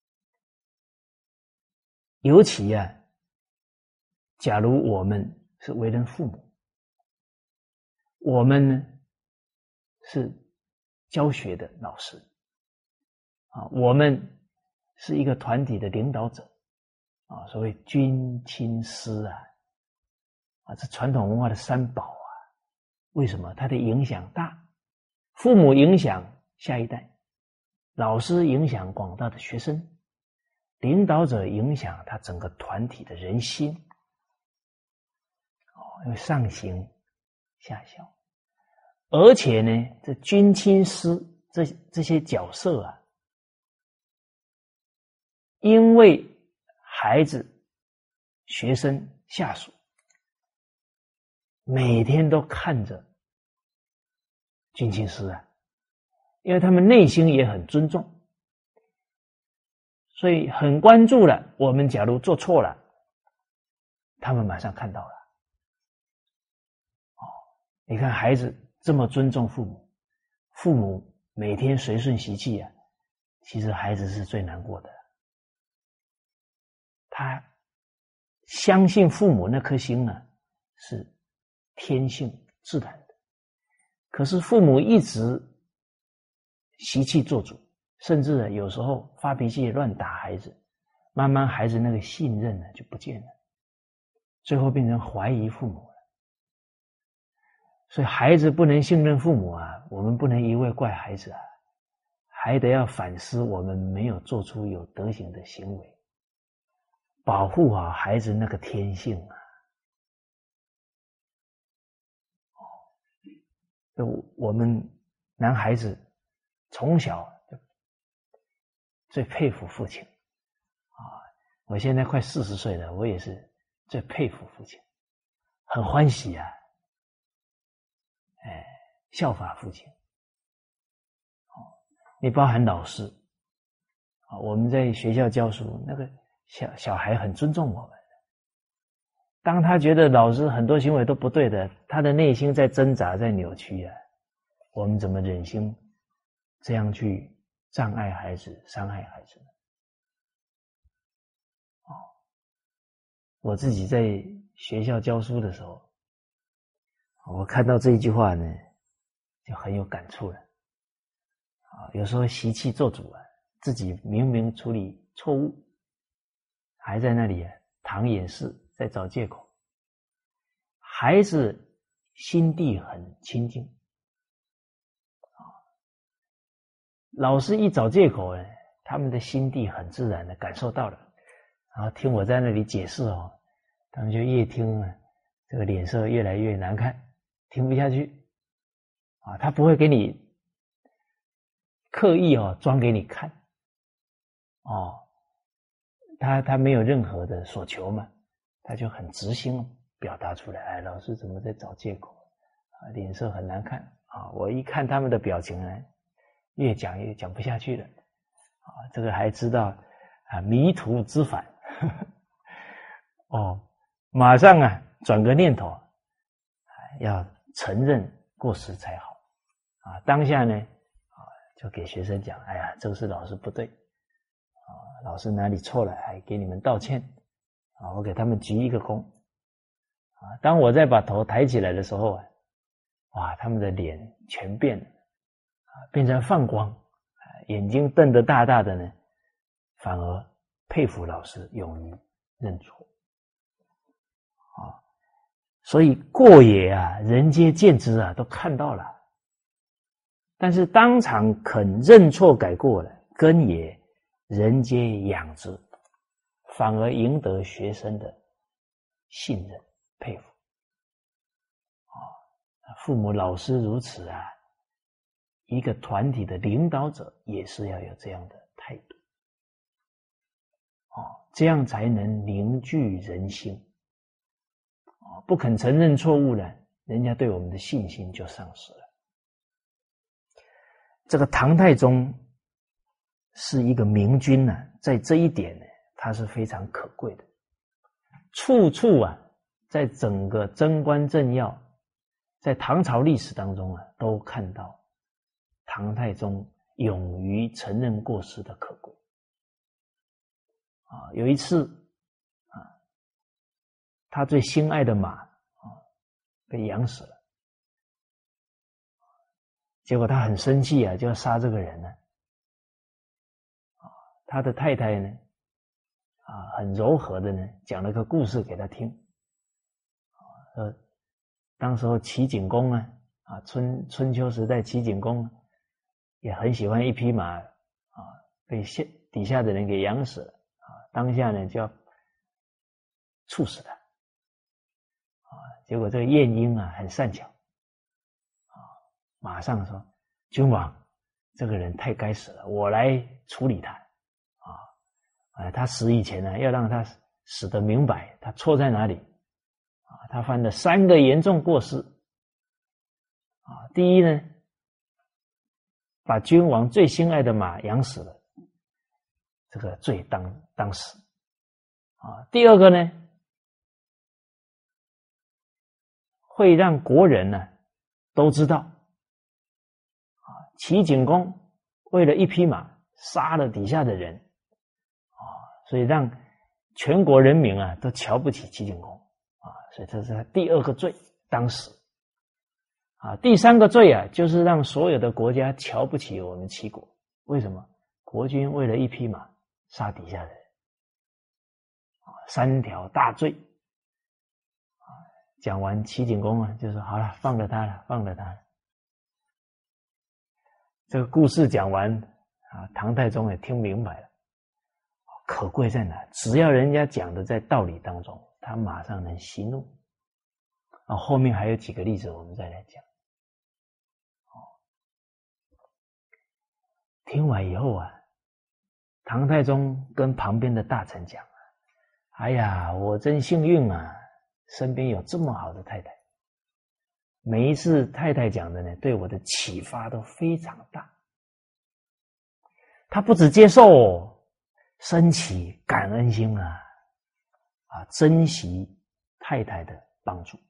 尤其啊。假如我们是为人父母，我们呢是教学的老师啊，我们是一个团体的领导者啊，所谓君亲师啊，啊，这传统文化的三宝啊，为什么它的影响大？父母影响下一代，老师影响广大的学生，领导者影响他整个团体的人心。要上行下效，而且呢，这君亲师这这些角色啊，因为孩子、学生、下属每天都看着君亲师啊，因为他们内心也很尊重，所以很关注了。我们假如做错了，他们马上看到了。你看孩子这么尊重父母，父母每天随顺习气啊，其实孩子是最难过的。他相信父母那颗心呢，是天性自然的，可是父母一直习气做主，甚至有时候发脾气乱打孩子，慢慢孩子那个信任呢就不见了，最后变成怀疑父母。所以孩子不能信任父母啊，我们不能一味怪孩子啊，还得要反思我们没有做出有德行的行为， 保护好孩子那个天性啊。我们男孩子从小最佩服父亲啊！我现在快四十岁了，我也是最佩服父亲，很欢喜啊！哎，效法父亲。哦，你包含老师啊，我们在学校教书，那个小小孩很尊重我们。当他觉得老师很多行为都不对的，他的内心在挣扎，在扭曲啊，我们怎么忍心这样去障碍孩子、伤害孩子呢？哦，我自己在学校教书的时候，我看到这一句话呢，就很有感触了。啊，有时候习气做主啊，自己明明处理错误，还在那里啊淌眼视，在找借口。孩子心地很清净，啊，老师一找借口呢，他们的心地很自然的感受到了，然后听我在那里解释哦，他们就越听啊，这个脸色越来越难看，听不下去，啊，他不会给你刻意哦装给你看，哦，他他没有任何的所求嘛，他就很直心表达出来。哎，老师怎么在找借口啊？脸色很难看啊！我一看他们的表情呢，越讲越讲不下去了啊！这个还知道啊迷途知返哦，马上啊转个念头，要承认过失才好啊！当下呢啊就给学生讲，哎呀，这个是老师不对啊，老师哪里错了，还给你们道歉啊！我给他们鞠一个躬啊！当我再把头抬起来的时候啊，哇，他们的脸全变了啊，变成放光，眼睛瞪得大大的呢，反而佩服老师勇于认错啊！所以过也啊，人皆见之啊，都看到了，但是当场肯认错改过了，根也人皆养之，反而赢得学生的信任佩服啊！父母老师如此啊，一个团体的领导者也是要有这样的态度哦，这样才能凝聚人心哦。不肯承认错误呢，人家对我们的信心就丧失了。这个唐太宗是一个明君呢、啊，在这一点呢，他是非常可贵的，处处啊，在整个贞观政要，在唐朝历史当中啊，都看到唐太宗勇于承认过失的可贵啊。有一次啊，他最心爱的马啊被养死了，结果他很生气啊，就要杀这个人呢。啊，他的太太呢，啊，很柔和的呢，讲了个故事给他听。啊，呃，当时候齐景公啊，啊，春春秋时代齐景公也很喜欢一匹马，啊，被下底下的人给养死了，啊，当下呢就要处死他。啊，结果这个晏婴啊很善巧，啊，马上说：“君王，这个人太该死了，我来处理他。”啊，他死以前呢，要让他死得明白，他错在哪里啊？他犯了三个严重过失啊。第一呢，把君王最心爱的马养死了，这个罪当当死啊。第二个呢，会让国人呢都知道啊，齐景公为了一匹马杀了底下的人。所以让全国人民啊都瞧不起齐景公啊，所以这是他第二个罪，当死啊。第三个罪啊，就是让所有的国家瞧不起我们齐国。为什么？国君为了一匹马杀底下的人啊，三条大罪啊。讲完齐景公啊，就说好了，放了他了，放了他了。这个故事讲完啊，唐太宗也听明白了。 可贵在哪？只要人家讲的在道理当中，他马上能息怒。啊，后面还有几个例子，我们再来讲。听完以后啊，唐太宗跟旁边的大臣讲：“哎呀，我真幸运啊，身边有这么好的太太。每一次太太讲的呢，对我的启发都非常大。他不只接受，升起感恩心啊，啊，珍惜太太的帮助。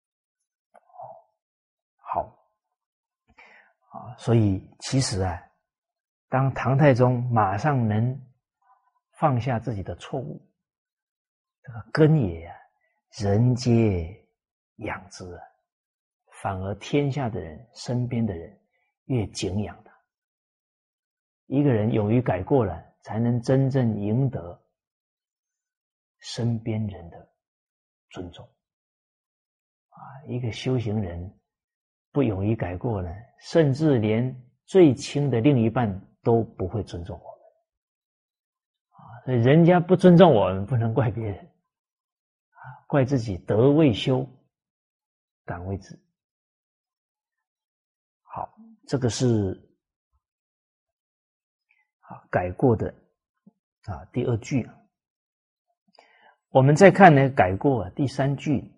好啊，所以其实啊，当唐太宗马上能放下自己的错误，这个根也啊，人皆养之啊，反而天下的人、身边的人越敬仰他。一个人勇于改过了，才能真正赢得身边人的尊重。啊，一个修行人不勇于改过呢，甚至连最亲的另一半都不会尊重我们。啊，所以人家不尊重我们，不能怪别人，啊，怪自己德未修，敢为之。好，这个是啊改过的啊第二句。我们再看呢，改过第三句，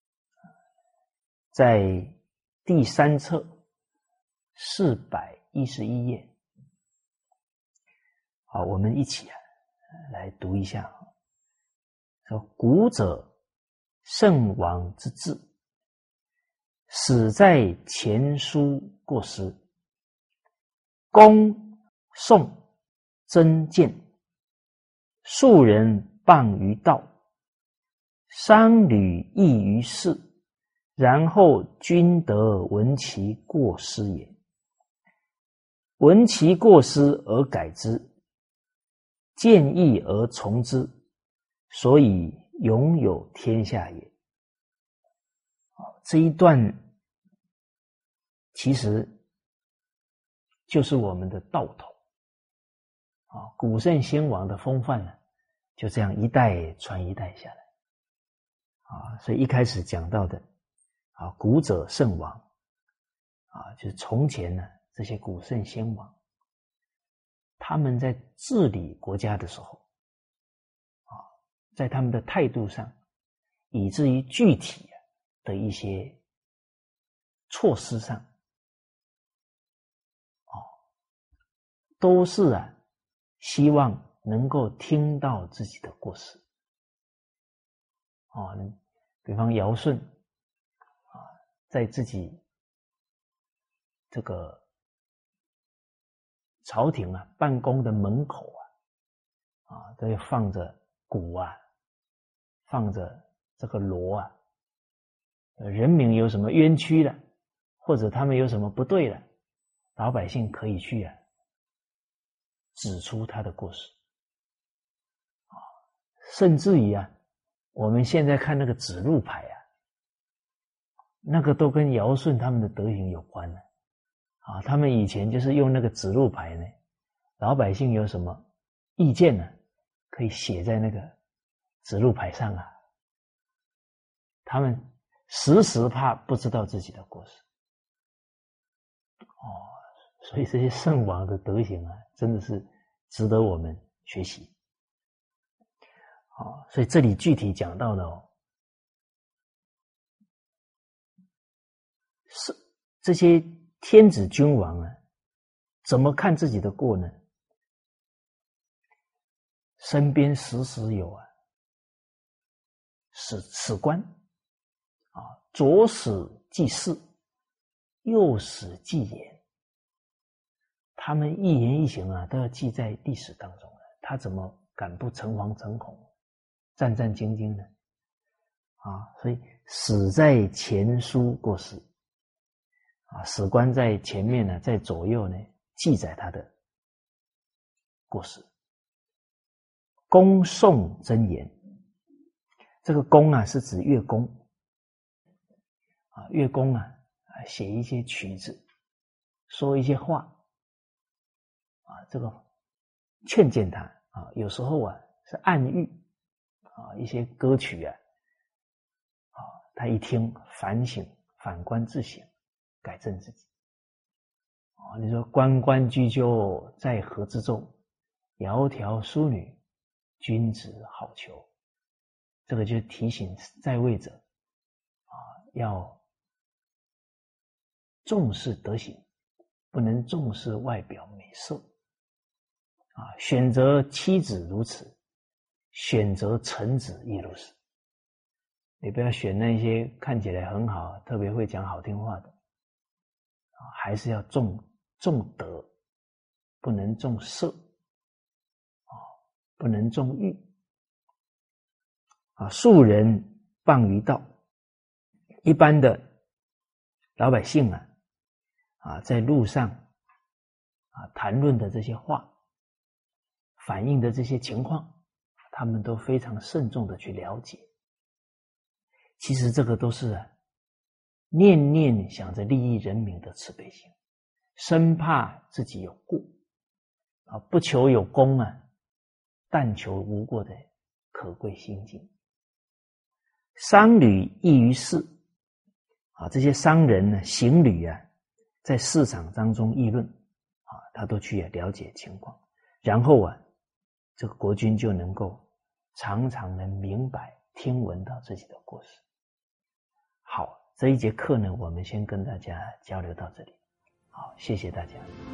在第三册四百一十一页。好，我们一起啊来读一下。说古者圣王之治，始在前书过失，恭颂真谏，庶人谤于道，商旅异于事，然后君得闻其过失也。闻其过失而改之，见义而从之，所以拥有天下也。这一段其实就是我们的道统啊，古圣先王的风范呢，就这样一代传一代下来啊。所以一开始讲到的啊，古者圣王啊，就是从前呢这些古圣先王，他们在治理国家的时候啊，在他们的态度上，以至于具体的一些措施上，哦，都是啊，希望能够听到自己的过失。哦，比方尧舜啊，在自己这个朝廷啊办公的门口啊，啊，都会放着鼓啊，放着这个锣啊，人民有什么冤屈了，或者他们有什么不对了，老百姓可以去啊指出他的过失啊，甚至于啊，我们现在看那个指路牌啊，那个都跟尧舜他们的德行有关的啊。他们以前就是用那个指路牌呢，老百姓有什么意见呢，可以写在那个指路牌上啊。他们时时怕不知道自己的过失哦，所以这些圣王的德行啊，真的是值得我们学习。好，所以这里具体讲到的哦，是这些天子君王啊，怎么看自己的过呢？身边时时有啊，史史官啊，左史记事，右史记言，他们一言一行啊，都要记在历史当中了。他怎么敢不诚惶诚恐、战战兢兢呢？啊，所以史在前书过失啊，史官在前面呢，在左右呢记载他的过失。恭颂真言，这个恭啊是指乐工啊，乐工啊写一些曲子，说一些话啊，这个劝谏他啊，有时候啊是暗喻啊，一些歌曲啊，啊，他一听反省、反观自省，改正自己。啊，你说关关雎鸠，在河之洲，窈窕淑女，君子好逑。这个就提醒在位者啊，要重视德行，不能重视外表美色啊。选择妻子如此，选择臣子亦如是。你不要选那些看起来很好、特别会讲好听话的啊，还是要重重德，不能重色啊，不能重欲啊。庶人谤于道，一般的老百姓啊，啊，在路上啊谈论的这些话，反映的这些情况，他们都非常慎重的去了解。其实这个都是啊，念念想着利益人民的慈悲心，生怕自己有过啊，不求有功啊，但求无过的可贵心境。商旅异于市啊，这些商人呢、行旅啊，在市场当中议论啊，他都去了解情况，然后啊，这个国君就能够常常能明白听闻到自己的过失。好，这一节课呢，我们先跟大家交流到这里。好，谢谢大家。